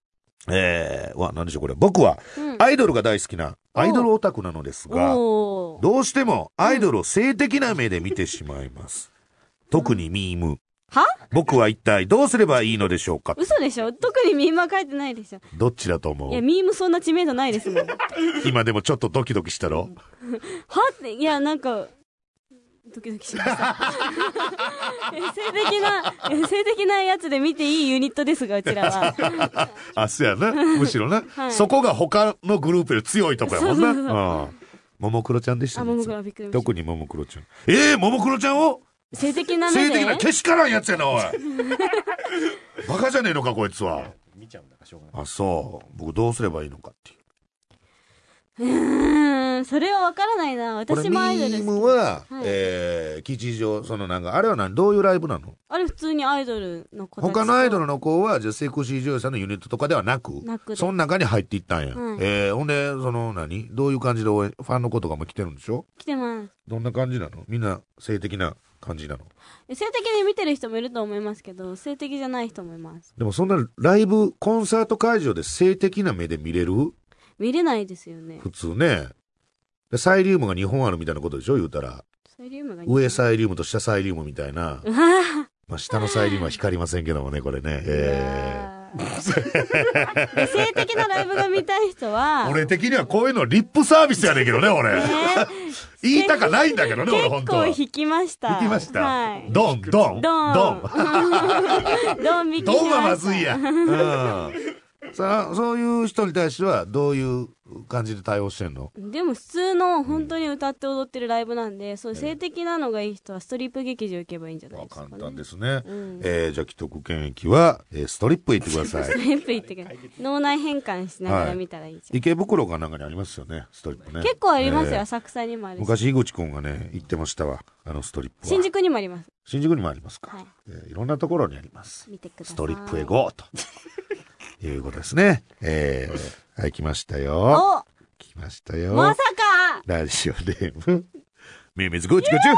えー、わ、何でしょうこれ。僕は、アイドルが大好きな、アイドルオタクなのですが、どうしてもアイドルを性的な目で見てしまいます。特にミーム。 は？ 僕は一体どうすればいいのでしょうか？ 嘘でしょ？特にミームは書いてないでしょ。 どっちだと思う？ いや、ミームそんな知名度ないですもん。 今でもちょっとドキドキしたろ？ はって、いや、なんか、ドキドキしました。性的な、性的なやつで見ていいユニットですが、うちらは。 あ、そうやな。むしろな、はい。そこが他のグループより強いとこやもんな。そうそうそう、うん。ももクロちゃんでしたね。 あ、ももクロびっくりした。 特にももクロちゃん。ええー、ももクロちゃんを性的な目で性的なけしからんやつやな、おい。バカじゃねえのか、こいつは。 見ちゃうんだからしょうがない。 あ、そう。僕どうすればいいのかっていう。 うーん、それはわからないな。私もアイドルです。 ミームは、はい、えー、吉祥、そのなんか、あれは何、どういうライブなの？ あれ普通にアイドルの子たちと。 他のアイドルの子は、じゃあセクシー女優さんのユニットとかではなく、なくその中に入っていったんや。はい、えー、ほんで、その何どういう感じで応援、ファンの子とかも来てるんでしょ？ 来てます。 どんな感じなの？みんな性的な感じなの？ 性的に見てる人もいると思いますけど、性的じゃない人もいます。 でもそんなライブ、コンサート会場で性的な目で見れる？ 見れないですよね。 普通ね。でサイリウムがにほんあるみたいなことでしょ言うたら。 サイリウムが上サイリウムと下サイリウムみたいな。まあ下のサイリウムは光りませんけどもね、これね。えー、性的なライブが見たい人は。 俺的にはこういうのリップサービスやねんけどね、俺。えー、言いたかないんだけどね、俺本当は。 結構引きました。 引きました。 はい。 ドン、ドン、 ドン。 ドン。 ドン引きしました。 ドンはまずいや。うんさあ、そういう人に対してはどういう感じで対応してんの？ でも普通の本当に歌って踊ってるライブなんで、うん、そういう性的なのがいい人はストリップ劇場行けばいいんじゃないですかね。 簡単ですね。うん、えー、じゃあ既得権益は、えー、ストリップ行ってください。 ストリップ行ってください。脳内変換しながら見たらいいじゃん。はい、 池袋かなんかにありますよね、ストリップね。 結構ありますよ、えー、浅草にもあるし。 昔井口くんがね、行ってましたわ、あのストリップは。 新宿にもあります。 新宿にもありますか。はい、えー、いろんなところにあります。 見てください。 ストリップへゴーと。いうことですね。えー、はい、来ましたよ。来ましたよ。 まさかラジオネーム、ミミズグチグ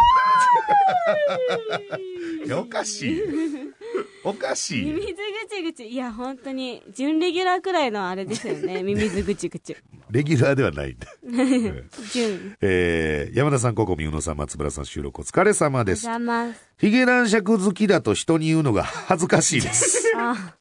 チいや、おかしい。おかしい。 ミミズグチグチ。いや、本当に、準レギュラーくらいのあれですよね。ミミズグチグチ。 レギュラーではないんだ。 準。 えー、山田さん、ココミ、宇野さん、松村さん、収録お疲れ様です。 お邪魔。 ヒゲ男爵好きだと人に言うのが恥ずかしいです。 あ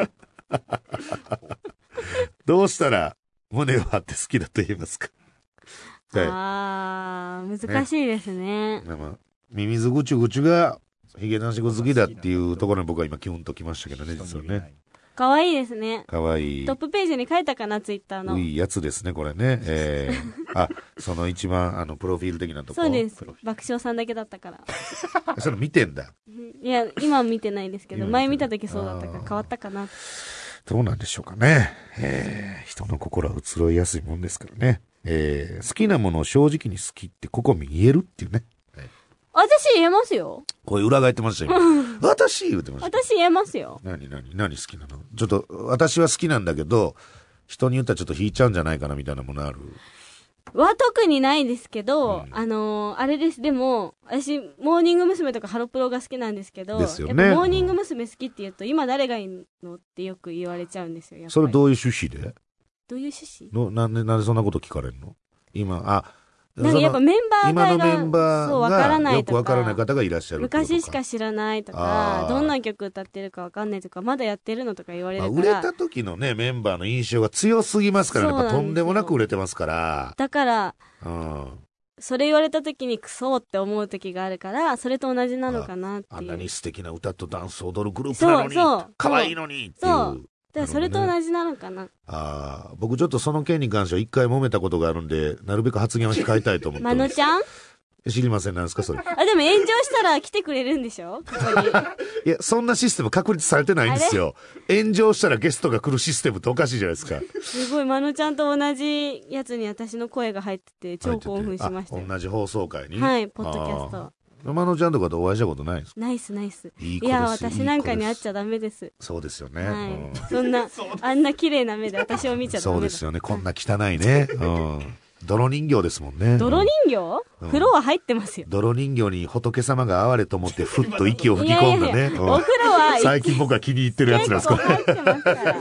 どうしたら胸を張って好きだと言いますか？ はい、あー、難しいですね。 ね、まあ、ミミズグチュグチュがヒゲ男爵好きだっていうところに僕は今キュンときましたけどね、実はね。 かわいいですね。 かわいい。 トップページに書いたかな、ツイッターの。 いいやつですね、これね。えー、あ、その一番、あの、プロフィール的なところ。 そうです。爆笑さんだけだったから。 それ見てんだ。 いや、今は見てないですけど、前見た時そうだったから変わったかな。 どうなんでしょうかね。えー、人の心は移ろいやすいもんですからね。えー、好きなものを正直に好きってここ見えるっていうね。 私言えますよ。 これ裏返ってましたよ。私言ってました。 私言えますよ。 何何何好きなの？ちょっと、私は好きなんだけど、人に言ったらちょっと引いちゃうんじゃないかなみたいなものある？ は特にないですけど、 うん、 あのー、あれです。でも、私、モーニング娘。とかハロプロが好きなんですけど、 ですよね、 やっぱモーニング娘。好きって言うと、今誰がいるのってよく言われちゃうんですよ。やっぱりそれどういう趣旨で？ どういう趣旨のなんで、なんでそんなこと聞かれるの？今、あ、 なんかやっぱメンバーが今のメンバそうわからないとか、 ーがよくわからない方がいらっしゃる。 昔しか知らないとか、どんな曲歌ってるかわかんないとか、まだやってるのとか言われるから、 まあ、売れた時のね、メンバーの印象が強すぎますからね、やっぱとんでもなく売れてますから。 だから、 うん、 それ言われた時にクソって思う時があるから、それと同じなのかなっていう。 あ、あんなに素敵な歌とダンスを踊るグループなのに、そうそう可愛いのにっていう。 そうだからそれと同じなのかな。 ああ、僕ちょっとその件に関しては一回揉めたことがあるんで、なるべく発言は控えたいと思ってます。 まのちゃん？ 知りません、なんですかそれ。 あ、でも炎上したら来てくれるんでしょここに。 いや、そんなシステム確立されてないんですよ。炎上したらゲストが来るシステムっておかしいじゃないですか。 すごい、まのちゃんと同じやつに私の声が入ってて、超興奮しましたよ。 同じ放送回に？ はい、ポッドキャスト。 まのちゃんとかとお会いしたことないんですか？ ナイスナイス。 いい子です。 いや、私なんかに会っちゃダメです。 そうですよね。 はい。うん、そんな、あんな綺麗な目で私を見ちゃダメだ。 そうですよね。こんな汚いね。うん。泥人形ですもんね。 泥人形、うん、風呂は入ってますよ。 泥人形に仏様が哀れと思ってふっと息を吹き込んだね。いやいやいや、 お風呂は最近僕は気に入ってるやつなんですか。 結構入ってますから。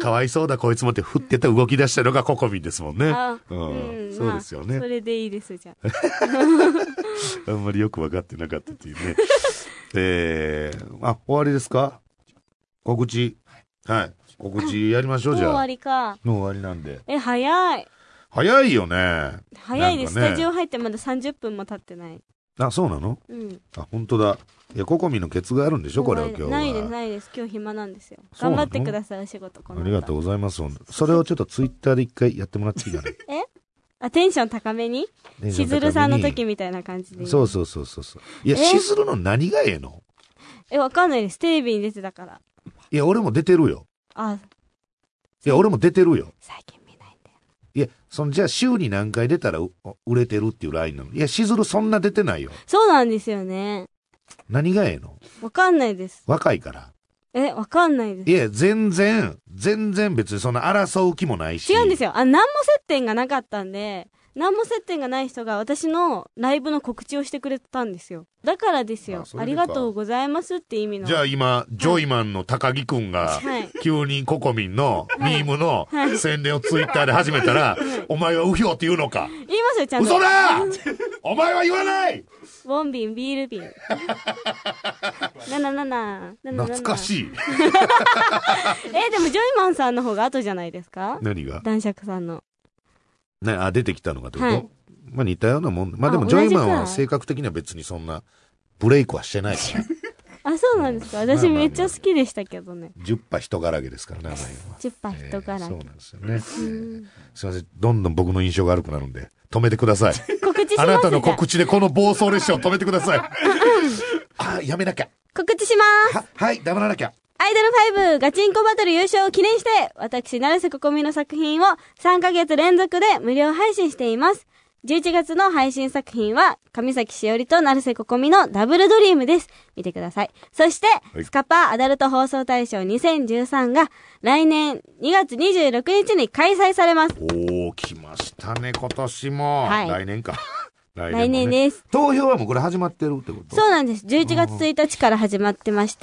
かわいそうだこいつもって振ってた動き出したのがココミンですもんね。 あ、 うんうん、 そうですよね。 まあ、それでいいですじゃあ。 あんまりよく分かってなかったっていうね。えー、あ、終わりですか？告知。はい。告知やりましょう、じゃあ。 もう終わりか。 もう終わりなんで。 え、早い。 早いよね。 早いです。 ね、 スタジオ入ってまださんじゅっぷんも経ってない。 あ、そうなの？うん。あ、本当だ。いや、ココミのケツがあるんでしょ、これは今日は。 ないです、ないです。今日暇なんですよ。頑張ってください、お仕事。 ありがとうございます。それをちょっとツイッターで一回やってもらっていいかな。 えあ、テンション高めにしずるさんの時みたいな感じでいい。 そうそうそうそう。いや、しずるの何がええの？ え、わかんないです。テレビに出てたから。 いや、俺も出てるよ。 あ、 いや、俺も出てるよ。 最近見ないんだよ。 いや、その、じゃあ週に何回出たら売れてるっていうラインなの？いや、しずるそんな出てないよ。 そうなんですよね。 何がええの？ わかんないです。 若いから。 え、わかんないです。 いや、全然、全然別にそんな争う気もないし。 違うんですよ。あ、何も接点がなかったんで、何も接点がない人が私のライブの告知をしてくれたんですよ。だからですよ。あ, ありがとうございますって意味の。 じゃあ今、ジョイマンの高木くんが、急にココミンのミームの宣伝をツイッターで始めたら、お前はうひょうって言うのか。 言いますよ、ちゃんと。 嘘だお前は言わないボンビン、ビール瓶。なななな。 懐かしい。 え、でもジョイマンさんの方が後じゃないですか？ 何が？ 男爵さんの。 ね、あ、出てきたのかってこと？はい、まあ似たようなもん。まあでもあジョイマンは性格的には別にそんなブレイクはしてないから。 あ、そうなんですか。私めっちゃ好きでしたけどね。 じゅっぱ人柄げですからね、あの辺は。 じゅっぱ人柄げ、 えー。そうなんですよね。すいません。どんどん僕の印象が悪くなるんで、止めてください。 告知します。 あなたの告知でこの暴走列車を止めてください。あ、やめなきゃ。 告知します。 は、はい、黙らなきゃ。 アイドルファイブガチンコバトル優勝を記念して、私、成瀬ここみの作品をさんかげつ連続で無料配信しています。じゅういちがつの配信作品は、上崎しおりと成瀬ここみのダブルドリームです。見てください。そして、はい、スカパーアダルト放送大賞にせんじゅうさんが来年にがつにじゅうろくにちに開催されます。 おー、来ましたね、今年も。はい、来年か。 来年もね、来年です。 投票はもうこれ始まってるってこと？ そうなんです。じゅういちがつついたちから始まってまして、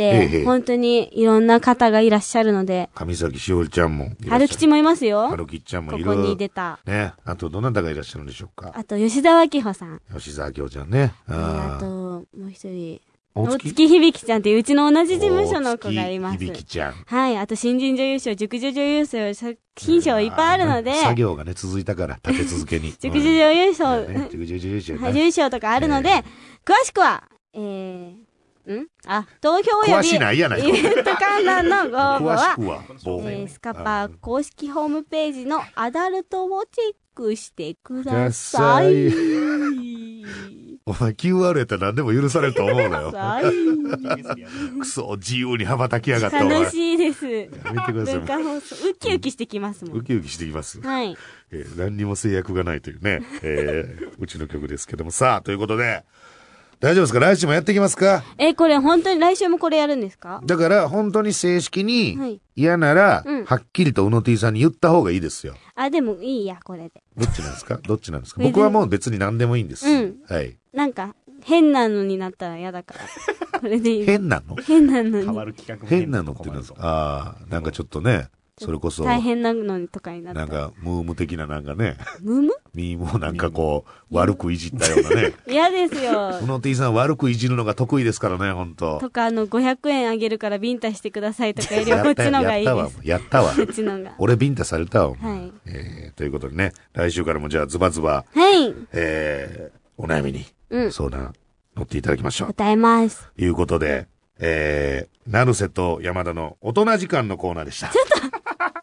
本当にいろんな方がいらっしゃるので。 上崎しおりちゃんも。 春吉もいますよ。 春吉ちゃんもいる。 ここに出た。 ね。あとどなたがいらっしゃるんでしょうか。 あと吉沢明穂さん。 吉沢明穂ちゃんね。 あ, あと、もう一人。大月響ちゃんっていううちの同じ事務所の子がいます。 大月響ちゃん。 はい。あと新人女優賞、熟女女優賞、作品賞いっぱいあるので。 作業がね、続いたから、立て続けに。 熟女女優賞、 熟女女優賞。 女優賞とかあるので、詳しくは、えー、んあ、投票より、 詳しないやないか。 イベント観覧のご応募は、 はえー、スカパー公式ホームページのアダルトをチェックしてください。 お前 キューアール やったら何でも許されると思うのよ。くそ、自由に羽ばたきやがった。 楽しいです。 やめてください。 文化放送。ウキウキしてきますもん。 ウキウキしてきます。 はい。 えー、何にも制約がないというね、えー、うちの曲ですけども。さあ、ということで、大丈夫ですか？来週もやっていきますか？ え、これ本当に来週もこれやるんですか？ だから本当に正式に嫌なら、はい、うん、はっきりとうの T さんに言った方がいいですよ。 あ、でもいいや、これで。 どっちなんですか？どっちなんですか？僕はもう別に何でもいいんです。うん。はい。 なんか、変なのになったら嫌だから。これでいい。 変なの？ 変なのに。 変わる企画変なのってなんですか？ああ、なんかちょっとね。それこそ。 大変なのとかになった。 なんか、ムーム的ななんかね。 ムーム？ ミームをなんかこう、悪くいじったようなね。 嫌ですよ。 うの T さん悪くいじるのが得意ですからね、ほんと。 とか、あの、ごひゃくえんあげるからビンタしてくださいとかよりはこっちのがいいです。 やったわ、やったわ。 こっちのが。 俺ビンタされたわ。 はい。 えー、ということでね、来週からもじゃあズバズバ。 はい。 えー、お悩みに、うん、相談乗っていただきましょう。 答えます。 ということで、えー、成瀬と山田の大人時間のコーナーでした。 ちょっと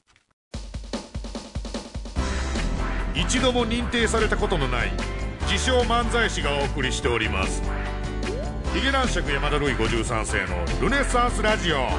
一度も認定されたことのない自称漫才師がお送りしておりますヒゲ男爵山田ルイごじゅうさん世のルネサンスラジオ。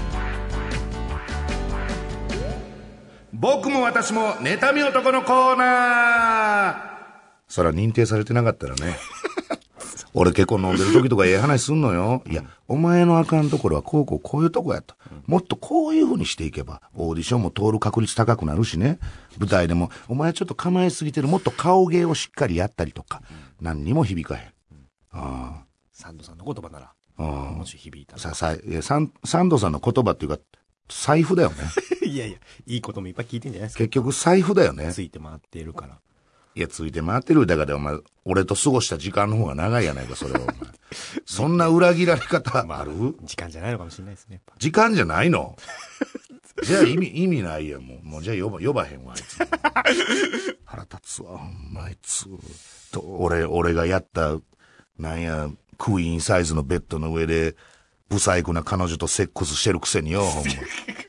僕も私も妬み男のコーナー。そら認定されてなかったらね俺結構飲んでる時とかええ話すんのよ。いや、お前のあかんところはこうこうこういうとこやと。もっとこういう風にしていけば、オーディションも通る確率高くなるしね。舞台でも、お前ちょっと構えすぎてる。もっと顔芸をしっかりやったりとか。何にも響かへん。ああ。 サンドさんの言葉なら、 あもし響いたら。 さ、さ、いやサン、サンドさんの言葉っていうか、 財布だよね。 いやいや、いいこともいっぱい聞いてんじゃないですか。 結局財布だよね。 ついて回っているから。 いや、ついて回ってるだからで、お前、俺と過ごした時間の方が長いやないか、それはお前。そんな裏切られ方ある、 時間じゃないのかもしれないですね。 時間じゃないのじゃあ意味、意味ないやん、もう。もうじゃあ呼ば、呼ばへんわ、あいつ。腹立つわ、ほんまあいつ。と、俺、俺がやった、なんや、クイーンサイズのベッドの上で、ブサイクな彼女とセックスしてるくせによ、ほんま。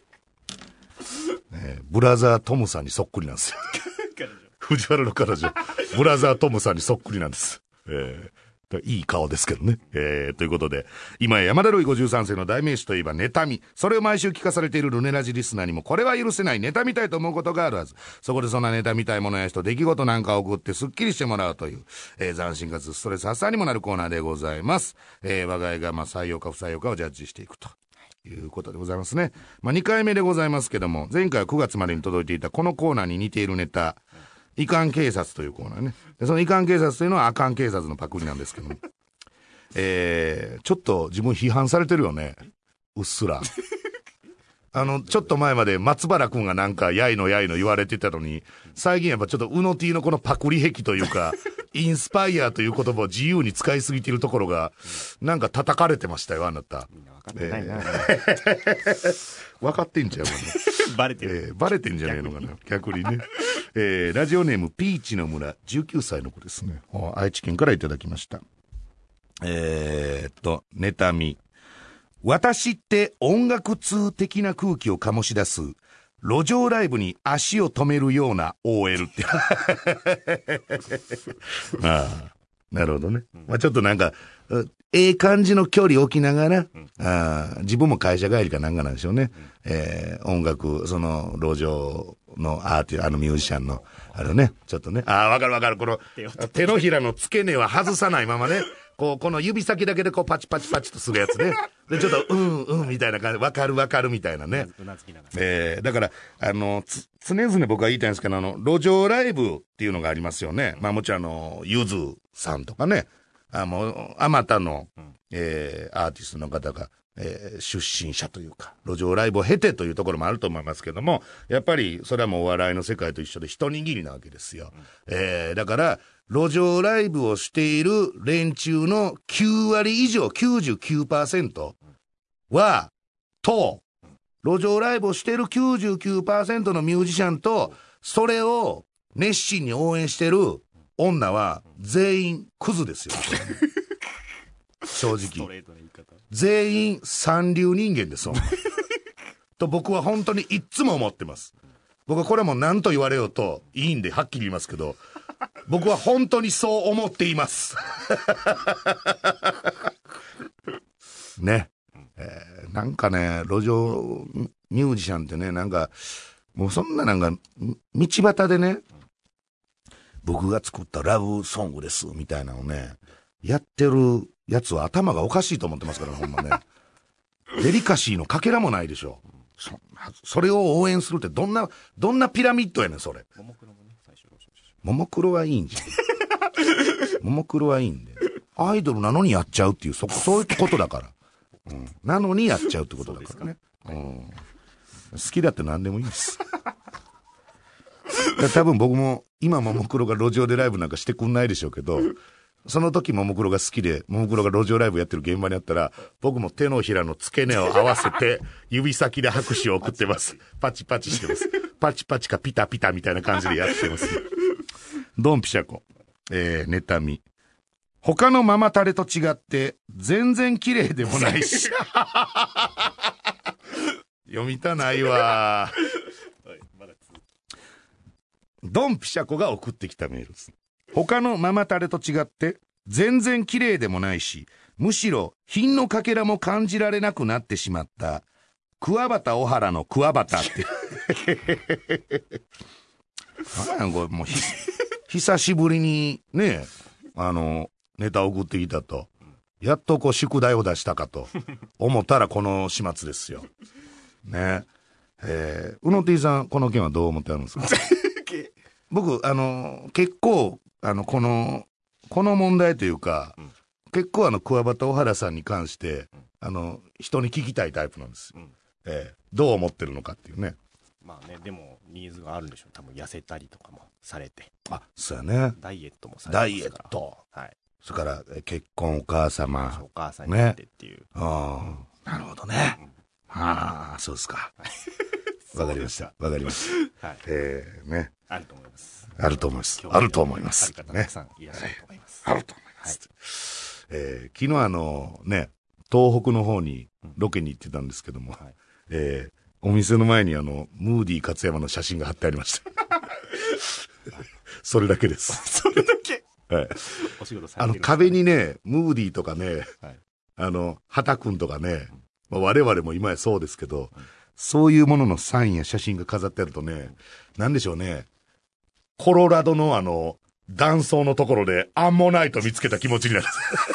ね、ブラザートムさんにそっくりなんですよ。藤原の彼女、ブラザートムさんにそっくりなんです。えー、いい顔ですけどね。えー、ということで、今や山田ロイごじゅうさん世の代名詞といえば妬み。それを毎週聞かされているルネラジリスナーにも、これは許せない、妬みたいと思うことがあるはず。そこでそんな妬みたいものや人、出来事なんかを送ってスッキリしてもらうという、えー、斬新かつストレス発散にもなるコーナーでございます。えー、我が家がまあ採用か不採用かをジャッジしていくと。いうことでございますね。まあ、にかいめでございますけども、前回はくがつまでに届いていたこのコーナーに似ているネタ、いかん警察というコーナーね。でそのいかん警察というのはあかん警察のパクリなんですけども。えー、ちょっと自分批判されてるよね。うっすら。あの、ちょっと前まで松原くんがなんか、やいのやいの言われてたのに、最近やっぱちょっとうの T のこのパクリ癖というか、インスパイアという言葉を自由に使いすぎているところが、なんか叩かれてましたよ、あなた。 みんな分かってないな。 分かってんちゃうかな。 バレてる、 えー。バレてんじゃねえのかな。逆にね。えー、ラジオネームピーチの村、じゅうきゅうさいの子ですね。愛知県からいただきました。えーっと、妬み。私って音楽通的な空気を醸し出す路上ライブに足を止めるような オーエル ってああ、なるほどね、まあ、ちょっとなんかええ感じの距離置きながら、あ自分も会社帰りかなんかなんでしょうね、えー、音楽その路上のアーティあのミュージシャンのあれねちょっとねああわかるわかるこの手のひらの付け根は外さないままねこう、この指先だけでこうパチパチパチとするやつね。で、ちょっと、うんうんみたいな感じで、わかるわかるみたいなね。えー、だから、あの、つ、常々僕は言いたいんですけど、あの、路上ライブっていうのがありますよね。まあもちろんあの、ゆずさんとかね。あの、あまたの、えー、アーティストの方が、えー、出身者というか、路上ライブを経てというところもあると思いますけども、やっぱり、それはもうお笑いの世界と一緒で一握りなわけですよ。えー、だから、路上ライブをしている連中のきゅうわり以上、きゅうじゅうきゅうパーセント は、と、路上ライブをしている きゅうじゅうきゅうパーセント のミュージシャンと、それを熱心に応援してる女は全員クズですよ。正直。全員三流人間ですもん。と僕は本当にいっつも思ってます。僕はこれも何と言われようといいんではっきり言いますけど、僕は本当にそう思っています。ね、えー。なんかね、路上ミュージシャンってね、なんか、もうそんななんか、道端でね、僕が作ったラブソングです、みたいなのね、やってるやつは頭がおかしいと思ってますから、ほんまね。デリカシーのかけらもないでしょ。そ, それを応援するってどんな、どんなピラミッドやねん、それ。ももクロはいいんじゃん。ももクロはいいんで。アイドルなのにやっちゃうっていう、そ、そういうことだから。うん。なのにやっちゃうってことだからね。うん。好きだって何でもいいです。多分僕も、今ももクロが路上でライブなんかしてくんないでしょうけど、その時ももクロが好きで、ももクロが路上ライブやってる現場にあったら、僕も手のひらの付け根を合わせて、指先で拍手を送ってます。パチパチしてます。パチパチかピタピタみたいな感じでやってます。ドンピシャコ。えー、妬み。他のママタレと違って、全然綺麗でもないし。読みたないわ。ドンピシャコが送ってきたメールです。他のママタレと違って、全然綺麗でもないし、むしろ品のかけらも感じられなくなってしまった、桑畑小原の桑畑って。何やこれもうひ久しぶりにね、あの、ネタ送ってきたと。やっとこう宿題を出したかと思ったらこの始末ですよ。ね。えー、うの T さん、この件はどう思ってあるんですか？僕、あの、結構、あの、この、この問題というか、うん、結構あの、桑畑小原さんに関して、うん、あの、人に聞きたいタイプなんです。うん、 えー、どう思ってるのかっていうね。 まあね、でもニーズがあるんでしょう。多分痩せたりとかもされて。 あ、そうやね。 ダイエットもされてますから。 ダイエット。 はい。 それからえ結婚お母様。 お母さんになってっていう。 ね、ああ、なるほどね。うん、ああ、そうですか。わかりました。わかりました。はい。えー、ね。 あると思います。 あると思います。あると思います。 ある方たくさんいらっしゃると思います。 あると思います。えー、昨日あのね、東北の方にロケに行ってたんですけども、うん、はい、えー、お店の前にあの、ムーディ勝山の写真が貼ってありました。それだけです。 それだけはい。 お仕事されてるんですか？ あの、壁にね、ムーディとかね、 はい、 あの、畑くんとかね、まあ、我々も今やそうですけど、うん、そういうもののサインや写真が飾ってあるとね、うん、なんでしょうね、コロラドのあの、断層のところでアンモナイト見つけた気持ちになる。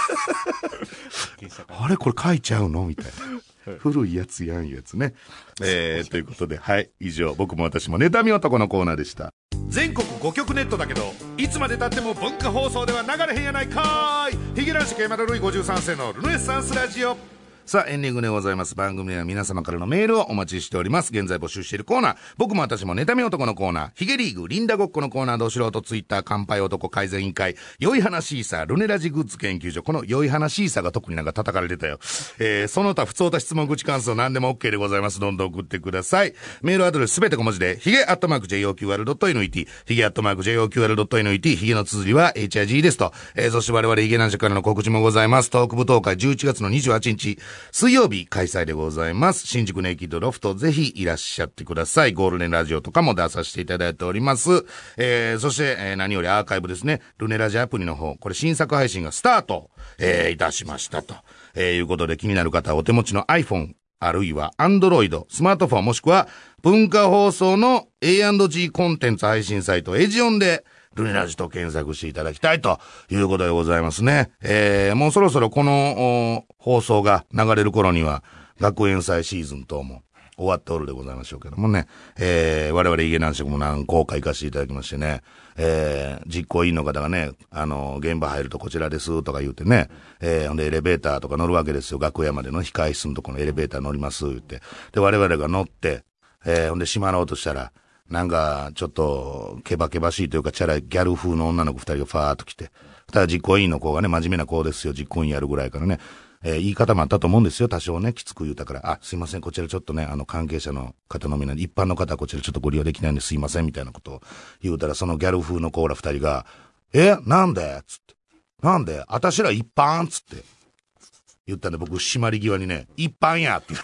あれこれ書いちゃうのみたいな。古いやつやんいうやつね。えー、ということで、はい、以上、僕も私も妬み男のコーナーでした。全国ご局ネットだけど、いつまで経っても文化放送では流れへんやないかーい。ヒゲ男子ケイマルルイごじゅうさん世のルネッサンスラジオ。さあ、エンディングでございます。番組では皆様からのメールをお待ちしております。現在募集しているコーナー、僕も私も妬み男のコーナー、ヒゲリーグ、リンダごっこのコーナー、ど素人ツイッター、乾杯男改善委員会、良い話ーさ、ルネラジグッズ研究所、この良い話ーさが特になんか叩かれてたよ。えー、その他、普通た質問、口感想、何でも OK でございます。どんどん送ってください。メールアドレスすべて小文字で、ヒゲアットマーク ジェイオーキューアールドットエヌイーティー、ヒゲアットマーク ジェイオーキューアールドットエヌイーティー、ヒゲの綴りは エイチアイジー ですと。えー、そして我々ヒゲ男子からの告知もございます。トーク舞踏会じゅういちがつのにじゅうはちにち、水曜日、開催でございます。新宿ネイキッドロフト、ぜひいらっしゃってください。ゴールデンラジオとかも出させていただいております。えー、そして、えー、何よりアーカイブですね。ルネラジアプリの方、これ新作配信がスタート、えー、いたしましたと。えー、いうことで気になる方はお手持ちの iPhone、あるいは Android、スマートフォンもしくは文化放送の エーアンドジー コンテンツ配信サイトエジオンでルネラジと検索していただきたいということでございますね。えー、もうそろそろこの放送が流れる頃には学園祭シーズン等も終わっておるでございましょうけどもね。えー、我々ヒゲ男子も何公開行かせていただきましてね。えー、実行委員の方がね、あの、現場入るとこちらですとか言ってね。えー、ほんでエレベーターとか乗るわけですよ。楽屋までの控室のとこのエレベーター乗ります言って。で、我々が乗って、えー、ほんで閉まろうとしたら、なんか、ちょっと、ケバケバしいというか、チャラいギャル風の女の子二人がファーっと来て。ただ実行委員の子がね、真面目な子ですよ。実行委員やるぐらいからね。えー、言い方もあったと思うんですよ。多少ね、きつく言うたから。あ、すいません。こちらちょっとね、あの、関係者の方のみなんで、一般の方はこちらちょっとご利用できないんですいません。みたいなことを言うたら、そのギャル風の子ら二人が、え、なんでつって。なんであたしら一般つって。言ったんで、僕、締まり際にね、一般やって言って。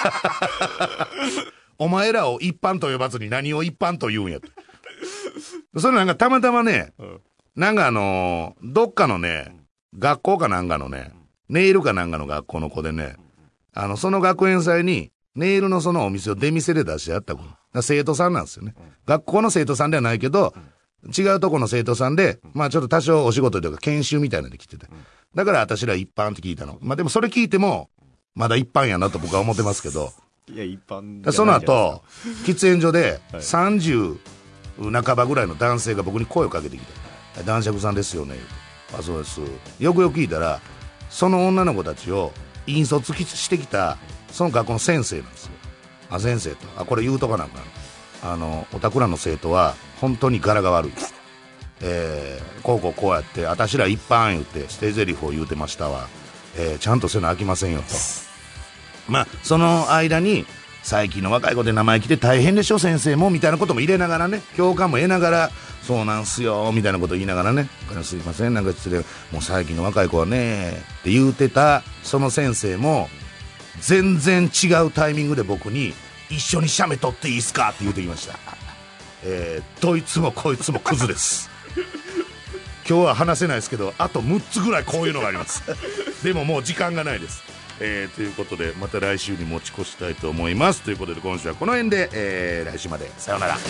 お前らを一般と呼ばずに何を一般と言うんやって。それなんかたまたまね、うん、なんかあのー、どっかのね、学校かなんかのね、ネイルかなんかの学校の子でね、あの、その学園祭に、ネイルのそのお店を出店で出してやった子。生徒さんなんですよね。学校の生徒さんではないけど、違うとこの生徒さんで、まあちょっと多少お仕事というか研修みたいなので来てて。だから私ら一般って聞いたの。まあでもそれ聞いても、まだ一般やなと僕は思ってますけど。 いや、一般。 その後、喫煙所でさんじゅう半ばぐらいの男性が僕に声をかけてきて、男爵さんですよね。あ、そうです。よくよく聞いたら、その女の子たちを引率してきた、その学校の先生なんですよ。あ、先生と。あ、これ言うとかなんかな。あの、おたくらの生徒は、本当に柄が悪い。えー、こうこうこうやって、あたしら一般言って、捨て台詞を言うてましたわ。えー、ちゃんとせなあきませんよと。まあ、その間に、最近の若い子で名前来て大変でしょ先生もみたいなことも入れながらね、共感も得ながら、そうなんすよみたいなことを言いながらね、すいませんなんか失礼、もう最近の若い子はねって言うてたその先生も全然違うタイミングで僕に一緒に写メ撮っていいっすかって言うてきました。えー、どいつもこいつもクズです。今日は話せないですけど、あとむっつぐらいこういうのがあります。でももう時間がないです。えー、ということでまた来週に持ち越したいと思います。ということで今週はこの辺で、えー、来週までさようなら。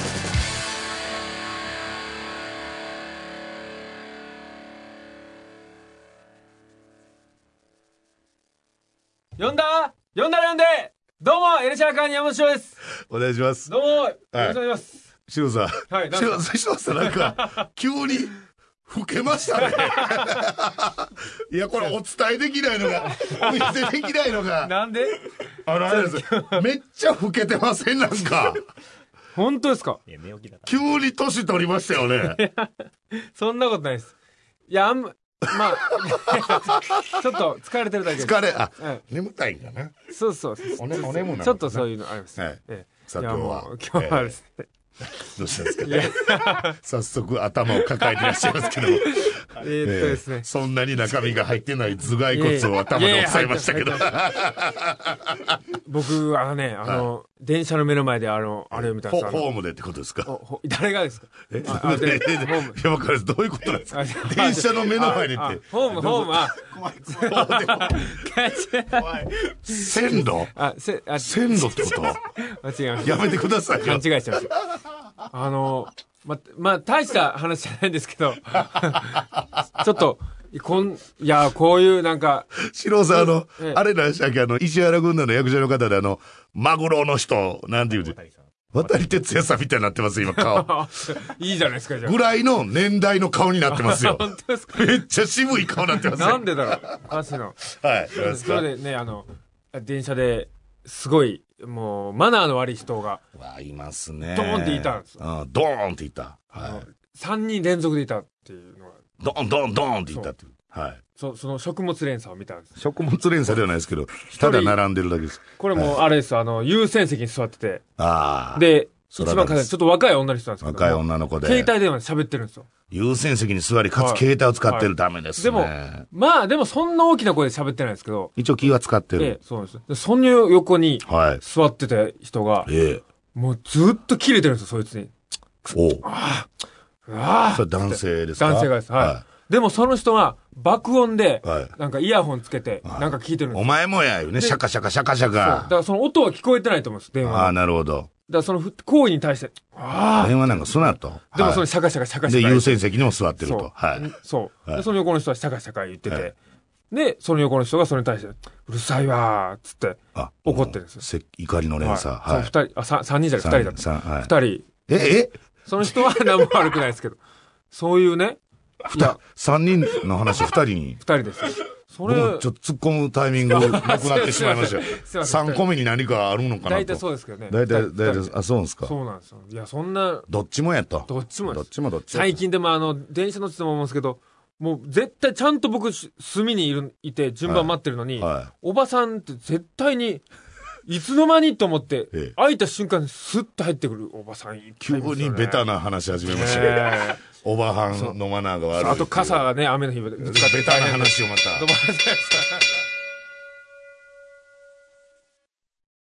呼んだ呼んだら呼んでどうもエルシャーカーニ山本翔です。 お願いします。 どうもよろしくお願いします。 シロさん、 はい、 シロさんなんか急に老けましたね。いや、これお伝えできないのが、お見せできないのが。 なんであの、あれです。めっちゃ老けてません、なんか。 本当ですか？ いや、寝起きだから。 急に年取りましたよね。 そんなことないです。いや、あんま、まあ、ちょっと疲れてるだけです。 疲れ、あ、 はい、 眠たいんだな。 そうそうそう。 おね、お眠なのちょっとそういうのあります。 はい。 ええ、 さあ、今日は。 今日はですね。 どうしたんですかね。早速頭を抱えていらっしゃいますけど。えー、っとですね、 えー。そんなに中身が入ってない頭蓋骨を頭で押さえましたけど。 僕、あのね、あの、はい、電車の目の前であの、あれを見たんです。 ホームでってことですか？ 誰がですか？ えああでででホーム。いや、わかる。どういうことなんですか？電車の目の前でって。 ホーム、ホーム、あ。 怖い、怖い。 怖い。線路あ、せ、あ、 線路ってこと間違えました。 やめてくださいよ。 勘違いしてます。あの、ま、まあ、大した話じゃないんですけど、ちょっと、こん、いや、こういうなんか。 四郎さん、あの、ええ、あれなんでしたっけ、あの、石原軍団の役者の方で、あの、マグロの人、なんて言うて。渡哲也さんみたいになってます、今、顔。 いいじゃないですか、じゃあ。 ぐらいの年代の顔になってますよ。 本当ですか？ めっちゃ渋い顔になってますよ。 なんでだろう。あ、そうの。 はい。 それでね、あの、電車で、すごい、もう、マナーの悪い人が。 わ、いますね。 ドーンっていたんです。 うん、ドーンっていた。はい。 三人連続でいたっていうのが。 ドーン、ドーン、ドーンっていたっていう。はい。 そ、その食物連鎖を見たんです。 食物連鎖ではないですけど、ただ並んでるだけです。 これもあれです、あの、優先席に座ってて。 ああ。 で、一番かちょっと若い女の人なんですけど。 若い女の子で。 携帯電話で喋ってるんですよ。 優先席に座り、かつ携帯を使ってるためですね。 でも、まあ、でもそんな大きな声で喋ってないんですけど。 一応気は使ってる。 ええ、そうです。で、その横に、座ってた人が、 ええ。 もうずっと切れてるんですよ、そいつに。 おう。 ああ、ああ。 それ男性ですか？ 男性がです。はい。でもその人は爆音で、なんかイヤホンつけて、なんか聞いてるんです。 お前もやよね、シャカシャカシャカシャカ。 だからその音は聞こえてないと思うんです、電話。 ああ、なるほど。 だからその行為に対して、ああ。電話なんかすなと。 でもそのシャカシャカシャカシャカ。 で、優先席にも座ってると。はい。 そう。で、その横の人はシャカシャカ言ってて、で、その横の人がそれに対して、うるさいわーっつって、怒ってるんですよ。 怒りの連鎖。 はい。その二人、あ、三人じゃない、二人だった。二人。 え、えその人は何も悪くないですけど、そういうね、 いや、三人の話二人に。 二人ですよ。それ、 ちょっと突っ込むタイミングなくなってしまいましたよ。三個目に何かあるのかなと。 大体そうですけどね。 大体、大体、あ、そうですか。 そうなんですよ。いや、そんな。 どっちもやと。 どっちもどっちもどっちも。 最近でもあの、電車乗ってても思うんですけど、もう絶対ちゃんと僕、隅にいる、いて順番待ってるのに、おばさんって絶対に、いつの間にと思って、ええ、開いた瞬間にスッと入ってくるおばさんいっぱいいますよね。 急にベタな話始めましたね。えー、おばはんのマナーが悪い。 あと傘がね、雨の日、ベタな話をまた。 どうもありがとうございました。